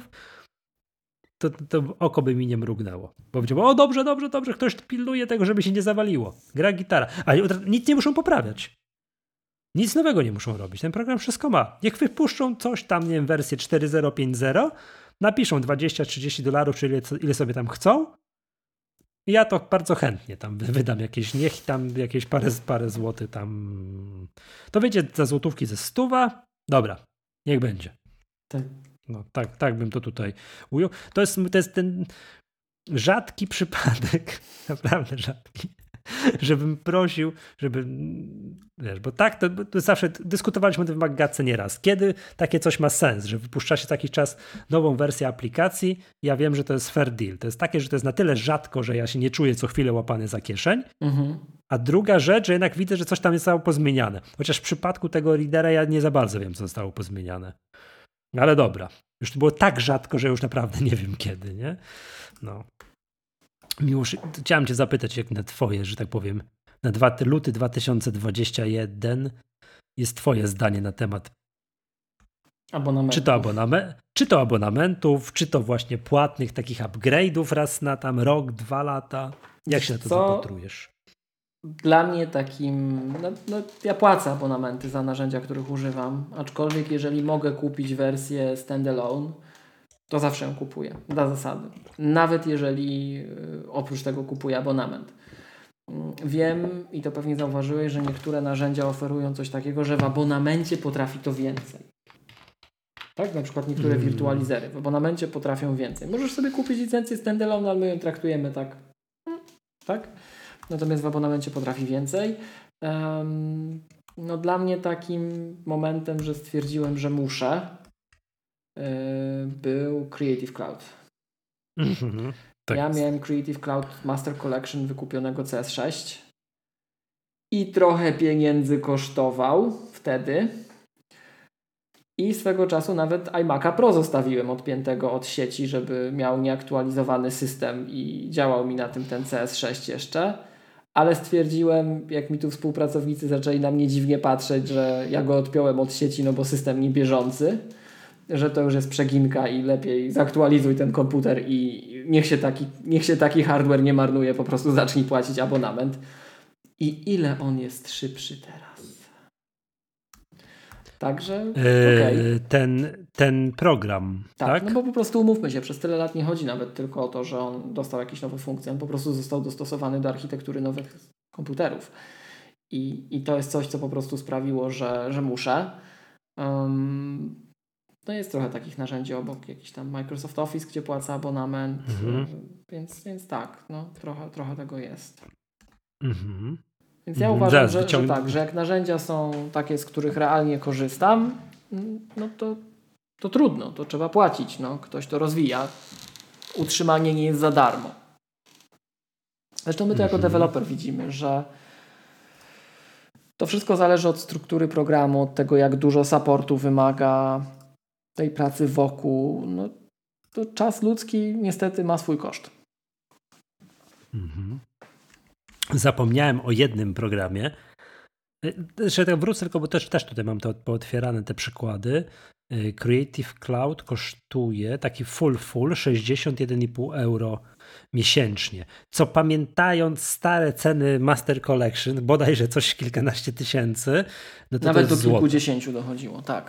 Speaker 2: to oko by mi nie mrugnęło. Bo powiedział, o dobrze, ktoś pilnuje tego, żeby się nie zawaliło. Gra gitara. Ale nic nie muszą poprawiać. Nic nowego nie muszą robić. Ten program wszystko ma. Niech wypuszczą coś tam, nie wiem, wersję 4.0.5.0, napiszą $20-30, czyli ile sobie tam chcą. I ja to bardzo chętnie tam wydam jakieś, niech tam jakieś parę złotych tam. To wyjdzie za złotówki ze 100. Dobra, niech będzie.
Speaker 1: Tak.
Speaker 2: No, tak bym to tutaj ujął. To jest ten rzadki przypadek, naprawdę rzadki, żebym prosił, żeby, wiesz, bo tak, to zawsze dyskutowaliśmy o tym w Maggatce nieraz. Kiedy takie coś ma sens, że wypuszcza się taki czas nową wersję aplikacji, ja wiem, że to jest fair deal. To jest takie, że to jest na tyle rzadko, że ja się nie czuję co chwilę łapany za kieszeń. A druga rzecz, że jednak widzę, że coś tam zostało pozmieniane. Chociaż w przypadku tego readera ja nie za bardzo wiem, co zostało pozmieniane. Ale dobra. Już to było tak rzadko, że już naprawdę nie wiem kiedy, nie? No. Miłosz, chciałem cię zapytać, jak na twoje, że tak powiem, na luty 2021 jest twoje zdanie na temat czy to abonamentów, czy to właśnie płatnych takich upgrade'ów raz na tam rok, 2 lata. Jak się na to zapatrujesz?
Speaker 1: Dla mnie takim, ja płacę abonamenty za narzędzia, których używam, aczkolwiek jeżeli mogę kupić wersję standalone, to zawsze ją kupuję, dla zasady. Nawet jeżeli oprócz tego kupuję abonament. Wiem i to pewnie zauważyłeś, że niektóre narzędzia oferują coś takiego, że w abonamencie potrafi to więcej. Tak? Na przykład niektóre wirtualizery w abonamencie potrafią więcej. Możesz sobie kupić licencję standalone, ale my ją traktujemy tak. Tak? Natomiast w abonamencie potrafi więcej. No dla mnie takim momentem, że stwierdziłem, że muszę, był Creative Cloud.
Speaker 2: Tak.
Speaker 1: Ja miałem Creative Cloud Master Collection wykupionego CS6 i trochę pieniędzy kosztował wtedy. I swego czasu nawet iMac'a Pro zostawiłem odpiętego od sieci, żeby miał nieaktualizowany system i działał mi na tym ten CS6 jeszcze. Ale stwierdziłem, jak mi tu współpracownicy zaczęli na mnie dziwnie patrzeć, że ja go odpiąłem od sieci, no bo system nie bieżący, że to już jest przeginka i lepiej zaktualizuj ten komputer i niech się taki hardware nie marnuje, po prostu zacznij płacić abonament. I ile on jest szybszy teraz? Także okej.
Speaker 2: Ten program, tak?
Speaker 1: No bo po prostu umówmy się, przez tyle lat nie chodzi nawet tylko o to, że on dostał jakieś nowe funkcje, on po prostu został dostosowany do architektury nowych komputerów. I to jest coś, co po prostu sprawiło, że muszę. No jest trochę takich narzędzi obok, jakiś tam Microsoft Office, gdzie płacę abonament, więc tak, no trochę tego jest. Więc ja uważam, że tak, że jak narzędzia są takie, z których realnie korzystam, no to trudno, to trzeba płacić, no ktoś to rozwija. Utrzymanie nie jest za darmo. Zresztą my to jako deweloper widzimy, że to wszystko zależy od struktury programu, od tego, jak dużo supportu wymaga, tej pracy wokół. No, to czas ludzki niestety ma swój koszt.
Speaker 2: Zapomniałem o jednym programie. Jeszcze tak wrócę, tylko bo też tutaj mam to pootwierane te przykłady. Creative Cloud kosztuje taki full 61,5 euro miesięcznie. Co pamiętając stare ceny Master Collection, bodajże coś kilkanaście tysięcy, no to
Speaker 1: nawet
Speaker 2: to jest
Speaker 1: do kilkudziesięciu dochodziło, tak.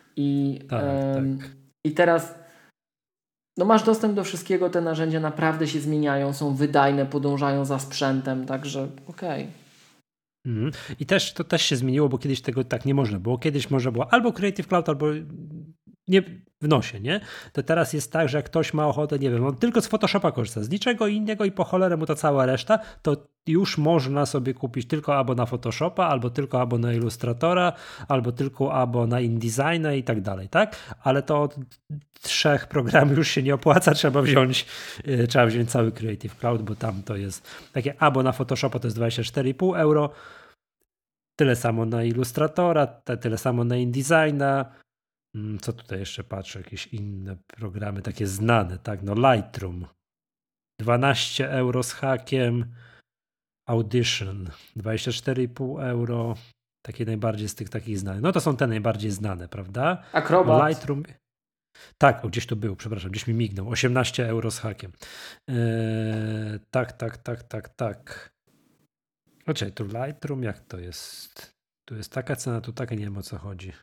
Speaker 1: I teraz no masz dostęp do wszystkiego, te narzędzia naprawdę się zmieniają, są wydajne, podążają za sprzętem, także okej.
Speaker 2: I to też się zmieniło, bo kiedyś tego tak nie można było. Kiedyś można było albo Creative Cloud, albo nie w nosie, nie? To teraz jest tak, że jak ktoś ma ochotę, nie wiem, on tylko z Photoshopa korzysta, z niczego innego i po cholerę mu ta cała reszta, to już można sobie kupić tylko abo na Photoshopa, albo tylko abo na Illustratora, albo tylko abo na InDesigna i tak dalej, tak? Ale to od 3 programów już się nie opłaca, trzeba wziąć cały Creative Cloud, bo tam to jest takie abo na Photoshopa to jest 24,5 euro, tyle samo na Illustratora, tyle samo na InDesigna. Co tutaj jeszcze patrzę? Jakieś inne programy takie znane, tak? No Lightroom. 12 euro z hakiem. Audition 24,5 euro. Takie najbardziej z tych takich znanych. No to są te najbardziej znane, prawda?
Speaker 1: Acrobat.
Speaker 2: Lightroom. Tak, gdzieś tu był, przepraszam, gdzieś mi mignął. 18 euro z hakiem. Tak. Oczywiście, tu Lightroom, jak to jest? Tu jest taka cena, tu taka, nie wiem o co chodzi.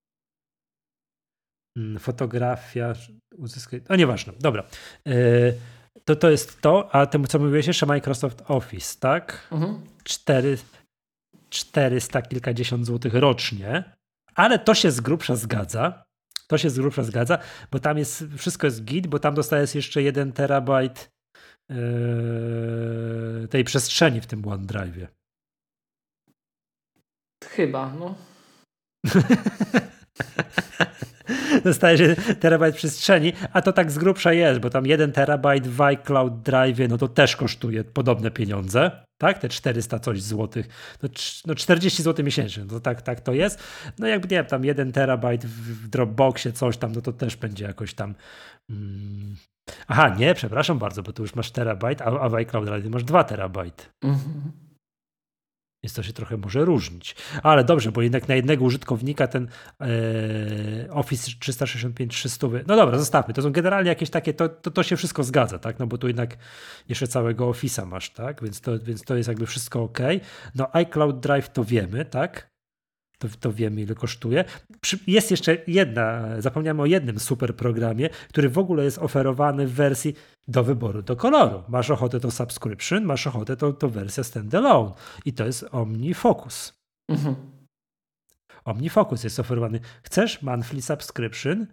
Speaker 2: Fotografia, uzyskać. O, nieważne, dobra. To jest to, a temu co mówiłeś jeszcze Microsoft Office, tak? 400 kilkadziesiąt złotych rocznie, ale to się z grubsza zgadza. Bo tam jest, wszystko jest git, bo tam dostajesz jeszcze 1 terabajt tej przestrzeni w tym OneDrive'ie.
Speaker 1: Chyba, no.
Speaker 2: Dostajesz terabajt przestrzeni, a to tak z grubsza jest, bo tam 1 terabajt w iCloud Drive, no to też kosztuje podobne pieniądze, tak? Te 400 coś złotych, no 40 zł miesięcznie, no tak to jest. No jakby nie wiem, tam 1 terabajt w Dropboxie coś tam, no to też będzie jakoś tam... Aha, nie, przepraszam bardzo, bo tu już masz terabajt, a w iCloud Drive masz 2 terabajty. Więc to się trochę może różnić. Ale dobrze, bo jednak na jednego użytkownika ten Office 365-300... No dobra, zostawmy. To są generalnie jakieś takie... To się wszystko zgadza, tak? No bo tu jednak jeszcze całego Office'a masz, tak? Więc to jest jakby wszystko ok. No iCloud Drive to wiemy, tak? To wiemy, ile kosztuje. Jest jeszcze zapomniałem o jednym super programie, który w ogóle jest oferowany w wersji do wyboru, do koloru. Masz ochotę to subscription, masz ochotę to wersja standalone. I to jest OmniFocus. OmniFocus jest oferowany. Chcesz monthly subscription?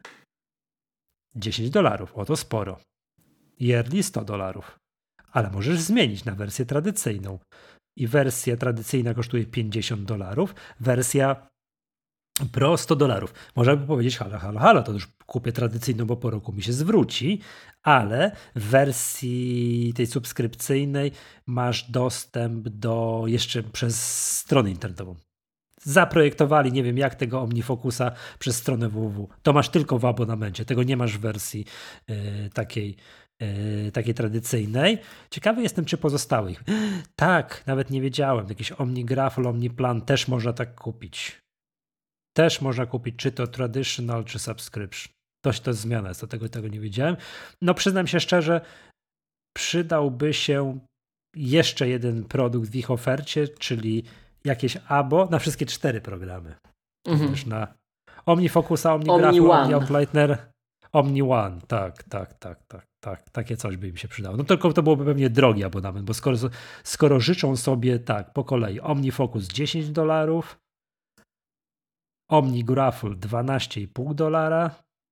Speaker 2: $10. Oto sporo. Yearly $100. Ale możesz zmienić na wersję tradycyjną. I wersja tradycyjna kosztuje $50, wersja Pro $100. Można by powiedzieć, halo, to już kupię tradycyjną, bo po roku mi się zwróci, ale w wersji tej subskrypcyjnej masz dostęp do jeszcze przez stronę internetową. Zaprojektowali, nie wiem jak tego OmniFocusa przez stronę www. To masz tylko w abonamencie, tego nie masz w wersji takiej tradycyjnej. Ciekawy jestem, czy pozostałych. Tak, nawet nie wiedziałem. Jakiś OmniGraphol, OmniPlan też można tak kupić. Czy to traditional, czy subscription. To jest zmiana, tego nie wiedziałem. No przyznam się szczerze, przydałby się jeszcze jeden produkt w ich ofercie, czyli jakieś abo na wszystkie 4 programy. Też na OmniFocusa, OmniGraphol, OmniOutlighter, OmniOne. Tak. Takie coś by im się przydało. No tylko to byłoby pewnie drogi abonament, bo skoro życzą sobie tak po kolei OmniFocus $10, OmniGraphol $12,5,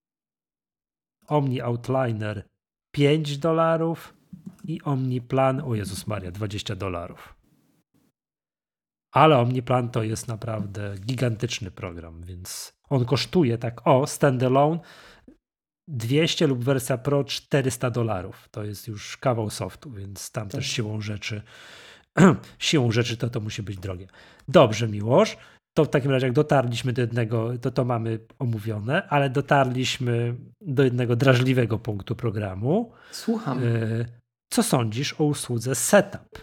Speaker 2: OmniOutliner $5 i OmniPlan, o Jezus Maria, $20. Ale OmniPlan to jest naprawdę gigantyczny program, więc on kosztuje tak standalone 200 lub wersja Pro $400. To jest już kawał softu, więc tam też siłą rzeczy to musi być drogie. Dobrze, Miłosz. To w takim razie jak dotarliśmy do jednego, to mamy omówione, ale dotarliśmy do jednego drażliwego punktu programu.
Speaker 1: Słucham.
Speaker 2: Co sądzisz o usłudze Setup?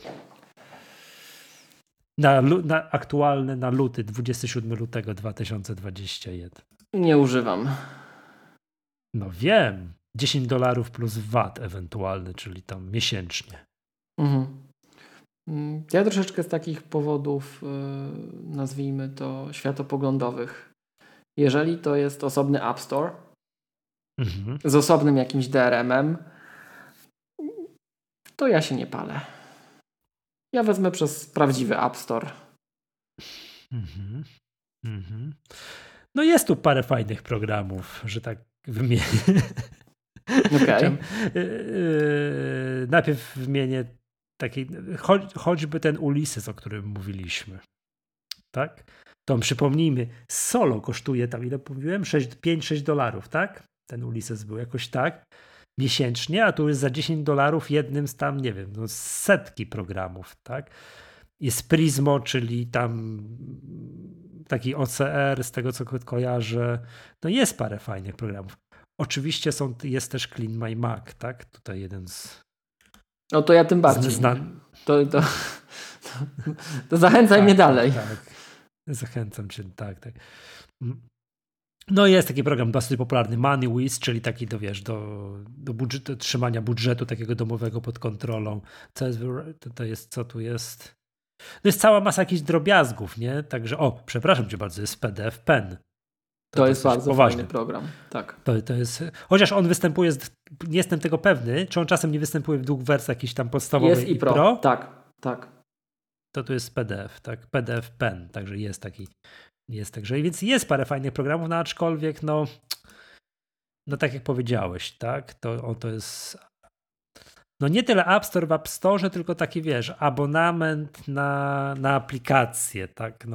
Speaker 2: Aktualny na 27 lutego 2021.
Speaker 1: Nie używam.
Speaker 2: No wiem. $10 plus VAT ewentualny, czyli tam miesięcznie.
Speaker 1: Ja troszeczkę z takich powodów, nazwijmy to światopoglądowych. Jeżeli to jest osobny App Store z osobnym jakimś DRM-em, to ja się nie palę. Ja wezmę przez prawdziwy App Store.
Speaker 2: No jest tu parę fajnych programów, że tak wymienię.
Speaker 1: Okay.
Speaker 2: Najpierw wymienię taki, choćby ten Ulysses, o którym mówiliśmy. Tak? To przypomnijmy, solo kosztuje tam, ile mówiłem? $5-6, tak? Ten Ulysses był jakoś tak miesięcznie, a tu jest za $10 jednym z tam, nie wiem, setki programów, tak? Jest Prismo, czyli tam taki OCR, z tego co kojarzę. No jest parę fajnych programów. Oczywiście jest też Clean My Mac, tak? Tutaj jeden z
Speaker 1: No to ja tym bardziej. To zachęcaj mnie dalej.
Speaker 2: Tak. Zachęcam cię, tak. No jest taki program dosyć popularny, MoneyWiz, czyli taki, do budżetu, trzymania budżetu takiego domowego pod kontrolą. Co tu jest? No jest cała masa jakichś drobiazgów, nie? Także, przepraszam cię bardzo, jest PDF Pen.
Speaker 1: To jest bardzo fajny program, tak.
Speaker 2: To jest, chociaż on występuje, nie jestem tego pewny, czy on czasem nie występuje w dwóch wersjach jakiejś tam podstawowej
Speaker 1: jest i Pro. Tak.
Speaker 2: To jest PDF, tak? PDF Pen, także jest taki. Także więc jest parę fajnych programów, no aczkolwiek no tak jak powiedziałeś, tak? To jest no nie tyle App Store w App Store, tylko taki abonament na aplikacje, tak?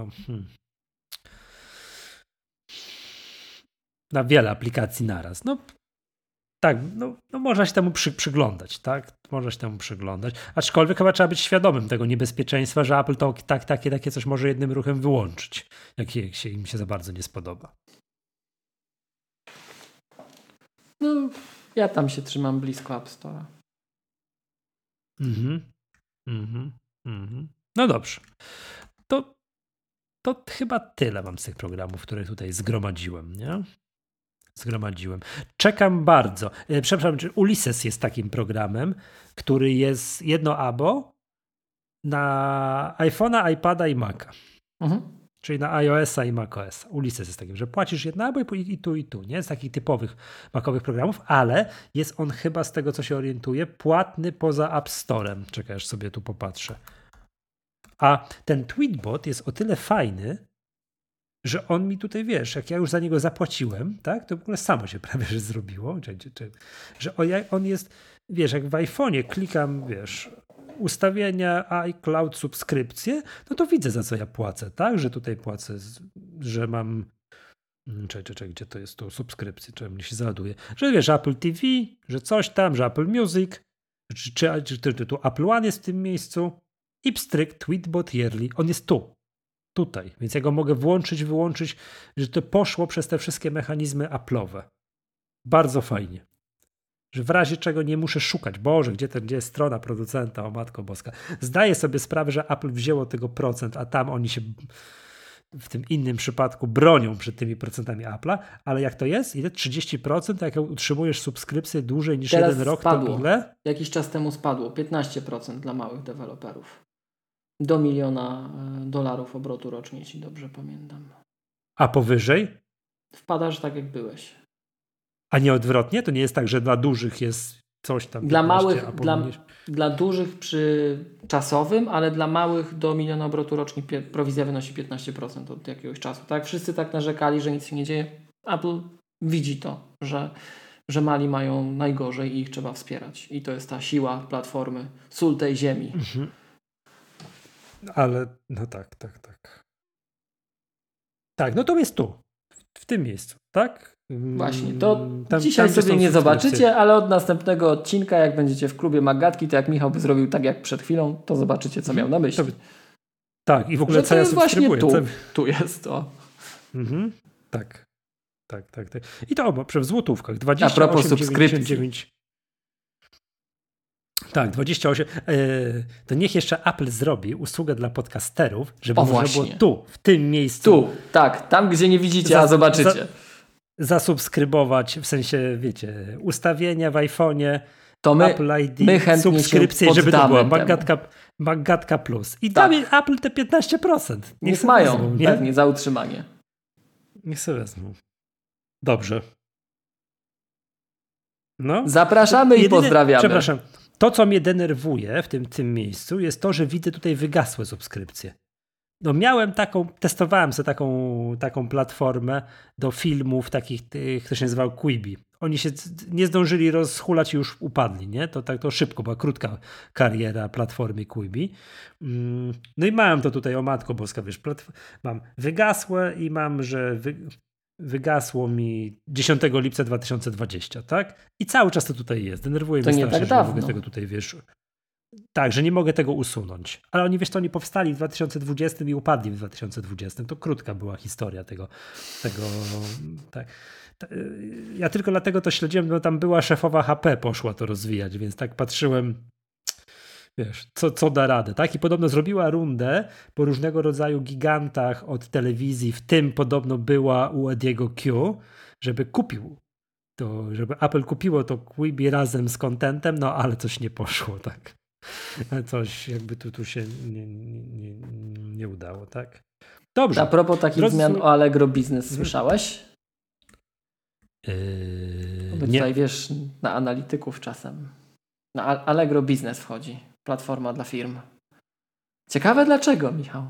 Speaker 2: Na wiele aplikacji naraz. No tak, no można się temu przyglądać, tak? Można się temu przyglądać. Aczkolwiek chyba trzeba być świadomym tego niebezpieczeństwa, że Apple to takie coś może jednym ruchem wyłączyć, jak im się za bardzo nie spodoba.
Speaker 1: No, ja tam się trzymam blisko App Store'a.
Speaker 2: No dobrze. To chyba tyle mam z tych programów, które tutaj zgromadziłem, nie? Czekam bardzo. Przepraszam, czy Ulysses jest takim programem, który jest jedno abo na iPhone'a, iPada i Maca. Czyli na iOS-a i macOS. Ulysses jest takim, że płacisz jedno abo i tu, nie? Z takich typowych macowych programów, ale jest on chyba z tego, co się orientuję, płatny poza App Storem. Czekaj, aż sobie tu popatrzę. A ten Tweetbot jest o tyle fajny, że on mi tutaj, jak ja już za niego zapłaciłem, tak, to w ogóle samo się prawie że zrobiło, że on jest, jak w iPhone'ie klikam, ustawienia iCloud subskrypcje, no to widzę, za co ja płacę, tak, że tutaj płacę, że mam, gdzie to jest tu, subskrypcje, czy mnie się załaduje, że Apple TV, że coś tam, że Apple Music, czy tu Apple One jest w tym miejscu i pstryk, Tweetbot Yearly, on jest tutaj, więc ja go mogę włączyć, wyłączyć, że to poszło przez te wszystkie mechanizmy Apple'owe. Bardzo fajnie. Że w razie czego nie muszę szukać, Boże, gdzie jest strona producenta, o Matko Boska. Zdaję sobie sprawę, że Apple wzięło tego procent, a tam oni się w tym innym przypadku bronią przed tymi procentami Apple'a, ale jak to jest? Ile? 30%? Jak utrzymujesz subskrypcję dłużej niż
Speaker 1: teraz
Speaker 2: jeden rok,
Speaker 1: spadło.
Speaker 2: To ile?
Speaker 1: Jakiś czas temu spadło. 15% dla małych deweloperów. Do $1 miliona obrotu rocznie, jeśli dobrze pamiętam.
Speaker 2: A powyżej?
Speaker 1: Wpadasz tak, jak byłeś.
Speaker 2: A nie odwrotnie? To nie jest tak, że dla dużych jest coś tam?
Speaker 1: Dla małych, dla dużych przy czasowym, ale dla małych do $1 miliona obrotu rocznie prowizja wynosi 15% od jakiegoś czasu. Tak? Wszyscy tak narzekali, że nic się nie dzieje. Apple widzi to, że mali mają najgorzej i ich trzeba wspierać. I to jest ta siła platformy, sól tej ziemi.
Speaker 2: Ale no tak. Tak, no to jest tu, w tym miejscu, tak?
Speaker 1: Właśnie, to dzisiaj sobie nie zobaczycie, ale od następnego odcinka, jak będziecie w klubie Maggatki, to jak Michał by zrobił tak jak przed chwilą, to zobaczycie, co miał na myśli.
Speaker 2: Tak, i w ogóle co ja subskrybuję.
Speaker 1: Tu jest to.
Speaker 2: Tak. I to w złotówkach. 28,99.
Speaker 1: A propos subskrypcji.
Speaker 2: Tak, 28. To niech jeszcze Apple zrobi usługę dla podcasterów, żeby można było tu, w tym miejscu.
Speaker 1: Tu, tak, tam gdzie nie widzicie, a zobaczycie.
Speaker 2: Zasubskrybować, w sensie, ustawienia w iPhone'ie,
Speaker 1: to
Speaker 2: Apple ID, subskrypcje, żeby to była Maggatka Plus. I tam Apple te 15%.
Speaker 1: Niech mają, wezmą, pewnie, za utrzymanie.
Speaker 2: Niech sobie wezmą. Dobrze. No.
Speaker 1: Zapraszamy i pozdrawiamy.
Speaker 2: Przepraszam. To, co mnie denerwuje w tym miejscu, jest to, że widzę tutaj wygasłe subskrypcje. No testowałem sobie taką platformę do filmów takich, to się nazywał Quibi. Oni się nie zdążyli rozhulać i już upadli, nie? To szybko, była krótka kariera platformy Quibi. No i mam to tutaj, o Matko Boska, mam wygasłe i mam, że wygasło mi 10 lipca 2020, tak? I cały czas to tutaj jest. Denerwuje mnie strasznie, że nie mogę tego tutaj, tak, że nie mogę tego usunąć. Ale oni powstali w 2020 i upadli w 2020. To krótka była historia tego tak. Ja tylko dlatego to śledziłem, bo tam była szefowa HP, poszła to rozwijać, więc tak patrzyłem, wiesz, co da radę, tak? I podobno zrobiła rundę po różnego rodzaju gigantach od telewizji, w tym podobno była u Ediego Q, żeby kupił to, żeby Apple kupiło to Quibi razem z contentem, no ale coś nie poszło, tak? Coś jakby tu się nie udało, tak? Dobrze.
Speaker 1: A propos takich zmian o Allegro Business słyszałeś? Bo tutaj wiesz, na analityków czasem. Na Allegro Business wchodzi. Platforma dla firm. Ciekawe dlaczego, Michał?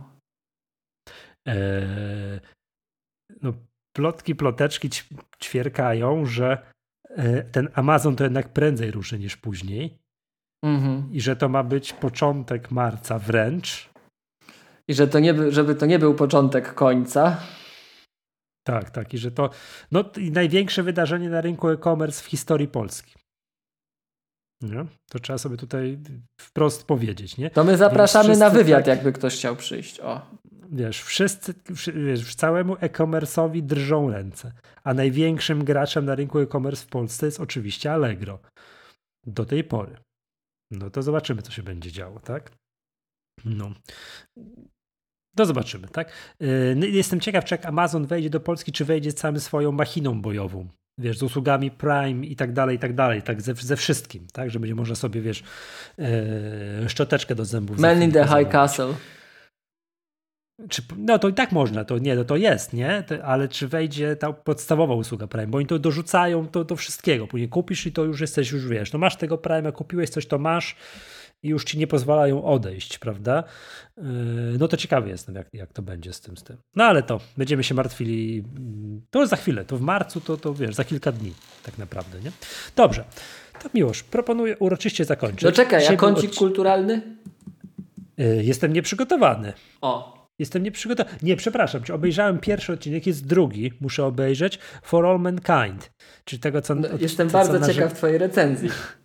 Speaker 2: No ploteczki ćwierkają, że ten Amazon to jednak prędzej ruszy niż później. I że to ma być początek marca wręcz.
Speaker 1: I że żeby to nie był początek końca.
Speaker 2: Tak. I że to największe wydarzenie na rynku e-commerce w historii Polski. Nie? To trzeba sobie tutaj wprost powiedzieć. Nie?
Speaker 1: To my zapraszamy na wywiad, jakby ktoś chciał przyjść. O.
Speaker 2: Wiesz, całemu e-commerce'owi drżą ręce. A największym graczem na rynku e-commerce w Polsce jest oczywiście Allegro. Do tej pory. No to zobaczymy, co się będzie działo, tak? No. To zobaczymy, tak? Jestem ciekaw, czy jak Amazon wejdzie do Polski, czy wejdzie całą swoją machiną bojową. Wiesz, z usługami Prime i tak dalej, tak ze wszystkim, tak? Że będzie można sobie, wiesz, szczoteczkę do zębów.
Speaker 1: Man in the High Castle.
Speaker 2: No to i tak można, to jest, nie? Ale czy wejdzie ta podstawowa usługa Prime, bo oni to dorzucają do wszystkiego. Później kupisz i to już jesteś, wiesz, no masz tego Prime'a, kupiłeś coś, to masz i już ci nie pozwalają odejść, prawda? No to ciekawy jestem, jak to będzie z tym. No ale to będziemy się martwili, to za chwilę, to w marcu, to wiesz, za kilka dni tak naprawdę, nie? Dobrze, to Miłosz, proponuję uroczyście zakończyć.
Speaker 1: No czekaj, a kącik kulturalny?
Speaker 2: Jestem nieprzygotowany.
Speaker 1: O.
Speaker 2: Jestem nieprzygotowany. Nie, przepraszam cię, obejrzałem pierwszy odcinek, jest drugi, muszę obejrzeć. For All Mankind. Czyli tego, co...
Speaker 1: Jestem bardzo ciekaw twojej recenzji.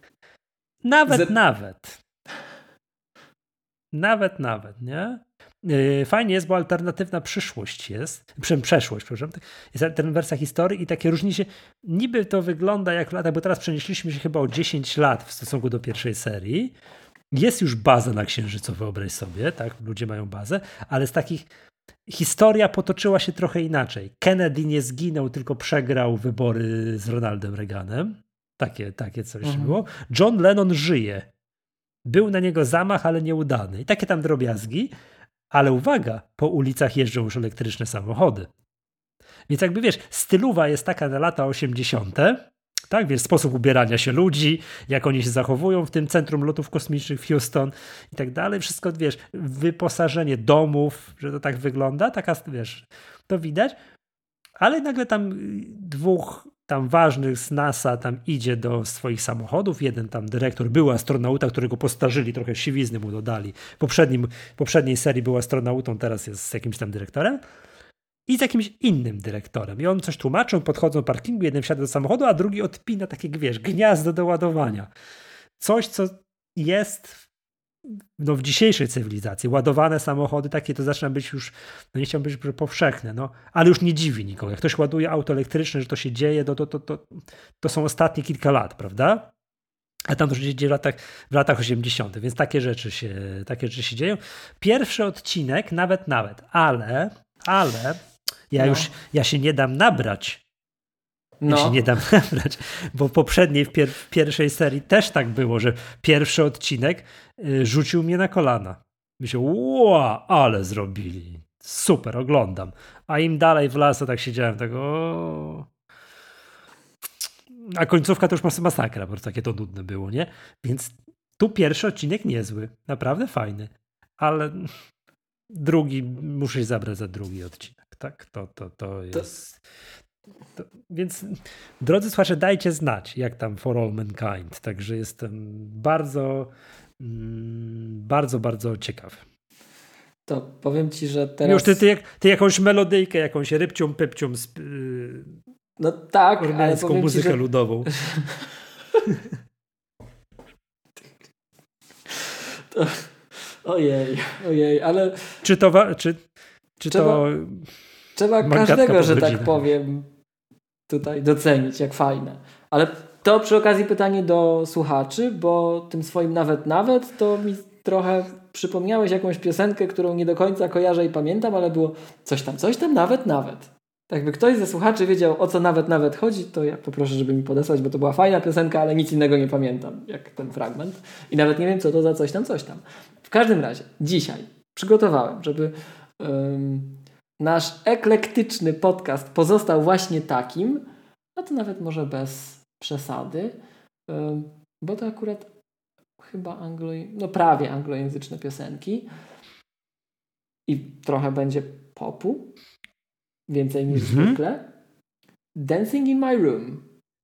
Speaker 2: Nawet, nie? Fajnie jest, bo alternatywna przeszłość jest. Jest ten wersja historii i takie różni się. Niby to wygląda jak lata, bo teraz przenieśliśmy się chyba o 10 lat w stosunku do pierwszej serii. Jest już baza na Księżycu, wyobraź sobie, tak? Ludzie mają bazę, ale z takich historia potoczyła się trochę inaczej. Kennedy nie zginął, tylko przegrał wybory z Ronaldem Reaganem. Takie coś było. John Lennon żyje. Był na niego zamach, ale nieudany. I takie tam drobiazgi. Ale uwaga, po ulicach jeżdżą już elektryczne samochody. Więc jakby wiesz, stylowa jest taka na lata 80., tak, wiesz, sposób ubierania się ludzi, jak oni się zachowują w tym centrum lotów kosmicznych w Houston i tak dalej. Wszystko, wiesz, wyposażenie domów, że to tak wygląda, taka, wiesz, to widać. Ale nagle tam dwóch tam ważnych z NASA tam idzie do swoich samochodów. Jeden tam dyrektor był astronauta, którego postarzyli, trochę siwizny mu dodali. W poprzedniej serii był astronautą, teraz jest z jakimś tam dyrektorem. I z jakimś innym dyrektorem. I on coś tłumaczą, podchodzą do parkingu, jeden wsiada do samochodu, a drugi odpina takie, wiesz, gniazdo do ładowania. Coś, co jest w dzisiejszej cywilizacji. Ładowane samochody takie to zaczyna być już, no nie chciałbym być powszechne, no, ale już nie dziwi nikogo. Jak ktoś ładuje auto elektryczne, że to się dzieje, to są ostatnie kilka lat, prawda? A tam to się dzieje w latach 80., więc takie rzeczy się dzieją. Pierwszy odcinek nawet, ale ja się nie dam nabrać. Ja się nie dam nabrać, bo poprzedniej w pierwszej serii też tak było, że pierwszy odcinek rzucił mnie na kolana. Myślę, ale zrobili. Super, oglądam. A im dalej w las, to tak siedziałem, A końcówka to już masakra, bo takie to nudne było, nie? Więc tu pierwszy odcinek niezły, naprawdę fajny, ale drugi, muszę się zabrać za drugi odcinek, tak? To jest... Więc, drodzy słuchacze, dajcie znać, jak tam For All Mankind. Także jestem bardzo, bardzo ciekaw.
Speaker 1: To powiem ci, że teraz...
Speaker 2: Już ty jakąś melodyjkę, jakąś rybcią, pypcią,
Speaker 1: no tak,
Speaker 2: ormiańską muzykę ludową.
Speaker 1: To... Ojej, ale... Trzeba każdego, że tak powiem, tutaj docenić, jak fajne. Ale to przy okazji pytanie do słuchaczy, bo tym swoim nawet, to mi trochę przypomniałeś jakąś piosenkę, którą nie do końca kojarzę i pamiętam, ale było coś tam, nawet. Tak by ktoś ze słuchaczy wiedział, o co nawet chodzi, to ja poproszę, żeby mi podesłać, bo to była fajna piosenka, ale nic innego nie pamiętam, jak ten fragment. I nawet nie wiem, co to za coś tam. W każdym razie, dzisiaj przygotowałem, żeby nasz eklektyczny podcast pozostał właśnie takim, no to nawet może bez przesady, bo to akurat chyba prawie anglojęzyczne piosenki i trochę będzie popu, więcej niż zwykle. Dancing in My Room,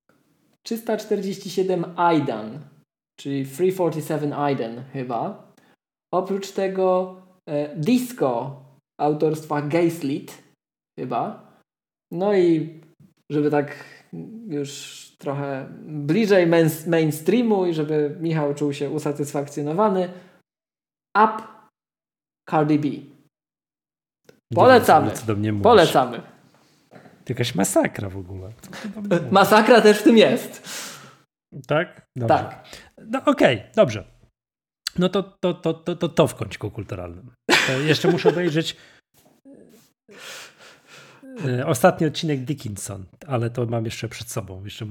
Speaker 1: 347 Aidan, czyli 347 Aidan chyba. Oprócz tego Disco autorstwa Gaslit chyba. No i żeby tak już trochę bliżej mainstreamu i żeby Michał czuł się usatysfakcjonowany, Up Cardi B. Polecamy. Polecamy.
Speaker 2: To jakaś masakra w ogóle.
Speaker 1: Masakra też w tym jest.
Speaker 2: Tak? Dobrze.
Speaker 1: Tak.
Speaker 2: No okej, dobrze. No to w kąciku kulturalnym. To jeszcze muszę obejrzeć ostatni odcinek Dickinson, ale to mam jeszcze przed sobą. Jeszcze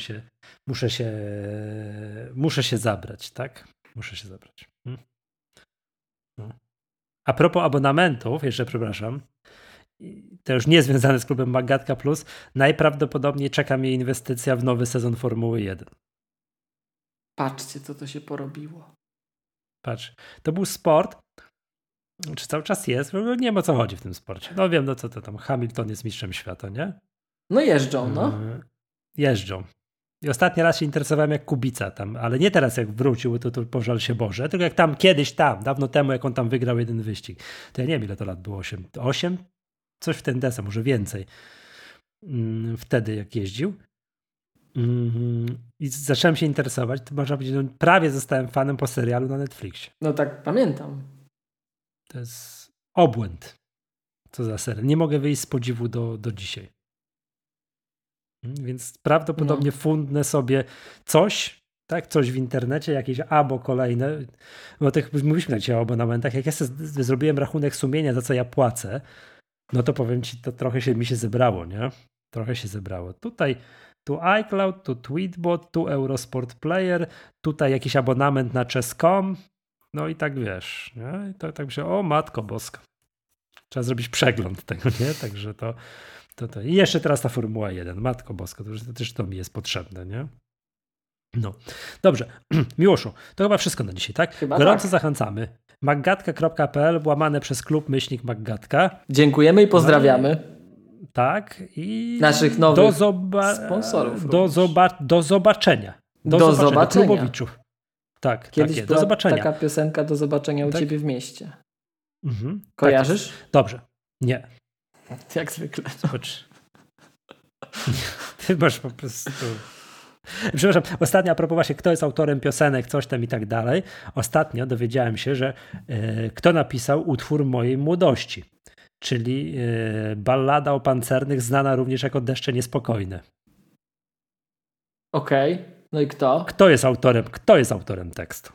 Speaker 2: muszę się zabrać, tak? Muszę się zabrać. No. A propos abonamentów, jeszcze przepraszam, to już nie związane z klubem Magatka Plus, najprawdopodobniej czeka mnie inwestycja w nowy sezon Formuły 1.
Speaker 1: Patrzcie, co to się porobiło.
Speaker 2: Patrz, to był sport, czy cały czas jest? Nie wiem, o co chodzi w tym sporcie. No wiem, no co to tam, Hamilton jest mistrzem świata, nie?
Speaker 1: No jeżdżą, no.
Speaker 2: Jeżdżą. I ostatni raz się interesowałem jak Kubica tam, ale nie teraz jak wrócił, to pożal się Boże, tylko jak tam kiedyś dawno temu, jak on tam wygrał jeden wyścig. To ja nie wiem, ile to lat było, 8? Coś w ten deseń, może więcej. Wtedy jak jeździł. I zacząłem się interesować, to można powiedzieć, no, prawie zostałem fanem po serialu na Netflixie.
Speaker 1: No tak, pamiętam.
Speaker 2: To jest obłęd. Co za serial. Nie mogę wyjść z podziwu do dzisiaj. Więc prawdopodobnie fundnę sobie coś w internecie, jakieś abo kolejne, bo mówiliśmy dzisiaj o abonamentach, jak ja sobie zrobiłem rachunek sumienia, za co ja płacę, no to powiem ci, to trochę mi się zebrało, nie? Trochę się zebrało. Tutaj tu iCloud, tu Tweetbot, tu Eurosport Player, tutaj jakiś abonament na chess.com, no i tak wiesz, nie? I to tak myślę, o matko boska. Trzeba zrobić przegląd tego, nie? Także to. I jeszcze teraz ta Formuła 1. Matko boska, to też to mi jest potrzebne, nie? No. Dobrze. Miłoszu, to chyba wszystko na dzisiaj, tak?
Speaker 1: Chyba
Speaker 2: gorąco
Speaker 1: tak.
Speaker 2: Zachęcamy. Maggatka.pl /+klub/Maggatka.
Speaker 1: Dziękujemy i pozdrawiamy.
Speaker 2: Tak. I
Speaker 1: naszych nowych sponsorów.
Speaker 2: Do zobaczenia. Do klubowiczów. Tak,
Speaker 1: kiedyś
Speaker 2: do zobaczenia.
Speaker 1: Taka piosenka do zobaczenia u ciebie w mieście.
Speaker 2: Kojarzysz? Tak. Dobrze. Nie.
Speaker 1: Jak zwykle.
Speaker 2: Zobacz. Ty masz po prostu... Przepraszam, ostatnio a propos właśnie, kto jest autorem piosenek, coś tam i tak dalej. Ostatnio dowiedziałem się, że kto napisał utwór mojej młodości, czyli ballada o pancernych, znana również jako Deszcze Niespokojne.
Speaker 1: Okej. No i kto?
Speaker 2: Kto jest autorem tekstu?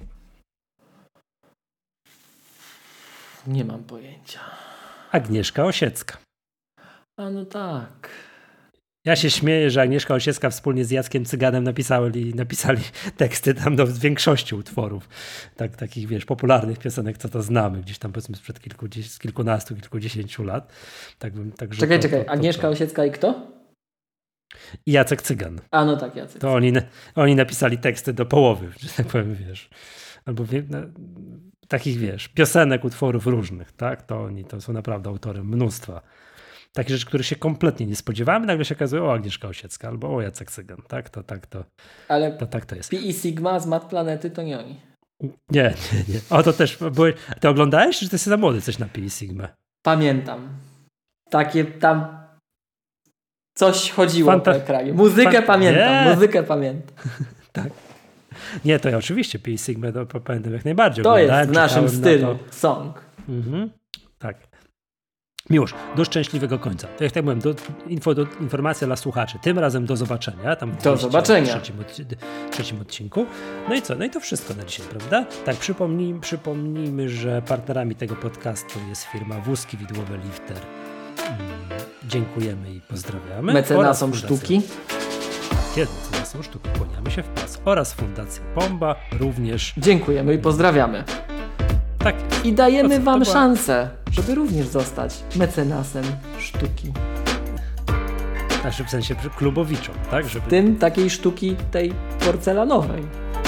Speaker 1: Nie mam pojęcia.
Speaker 2: Agnieszka Osiecka.
Speaker 1: A no tak.
Speaker 2: Ja się śmieję, że Agnieszka Osiecka wspólnie z Jackiem Cyganem napisali teksty tam do większości utworów. Takich, wiesz, popularnych piosenek, co to znamy. Gdzieś tam powiedzmy sprzed kilkunastu, kilkudziesięciu lat.
Speaker 1: Czekaj. Agnieszka Osiecka i kto?
Speaker 2: I Jacek Cygan.
Speaker 1: A no tak, Jacek.
Speaker 2: To oni napisali teksty do połowy, że tak powiem, wiesz. Albo takich, wiesz, piosenek, utworów różnych, tak? To są naprawdę autorem mnóstwa. Takie rzeczy, których się kompletnie nie spodziewamy, nagle się okazuje, o Agnieszka Osiecka albo o Jacek Cygan, tak?
Speaker 1: Ale
Speaker 2: tak to jest.
Speaker 1: Pi i Sigma z Mat Planety to nie oni.
Speaker 2: Nie. O, to też ty oglądałeś, czy ty jesteś za młody coś na Pi i Sigma?
Speaker 1: Pamiętam. Takie tam coś chodziło po ekranie. Muzykę pamiętam.
Speaker 2: Tak. Nie, to ja oczywiście Pi i Sigma to pamiętam jak najbardziej.
Speaker 1: To jest w naszym stylu song.
Speaker 2: Tak. Miłosz, do szczęśliwego końca. To jak tak mówiłem, informacja dla słuchaczy. Tym razem do zobaczenia. Tam
Speaker 1: do zobaczenia.
Speaker 2: W trzecim odcinku. No i co? No i to wszystko na dzisiaj, prawda? Tak, przypomnijmy, że partnerami tego podcastu jest firma Wózki Widłowe Lifter. Dziękujemy i pozdrawiamy.
Speaker 1: Mecenasom sztuki.
Speaker 2: Kiedy mecenasom sztuki kłaniamy się w pas. Oraz Fundacja Pomba również.
Speaker 1: Dziękujemy i pozdrawiamy.
Speaker 2: Tak.
Speaker 1: I dajemy wam szansę, żeby również zostać mecenasem sztuki.
Speaker 2: Znaczy w sensie klubowiczą, tak?
Speaker 1: W tym takiej sztuki, tej porcelanowej.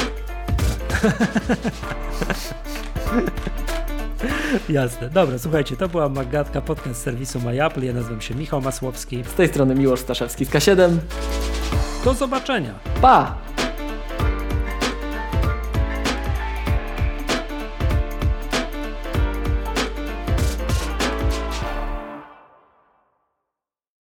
Speaker 2: Jasne. Dobra, słuchajcie, to była Magatka, podcast serwisu MyApple. Ja nazywam się Michał Masłowski.
Speaker 1: Z tej strony Miłosz Staszewski z K7.
Speaker 2: Do zobaczenia.
Speaker 1: Pa!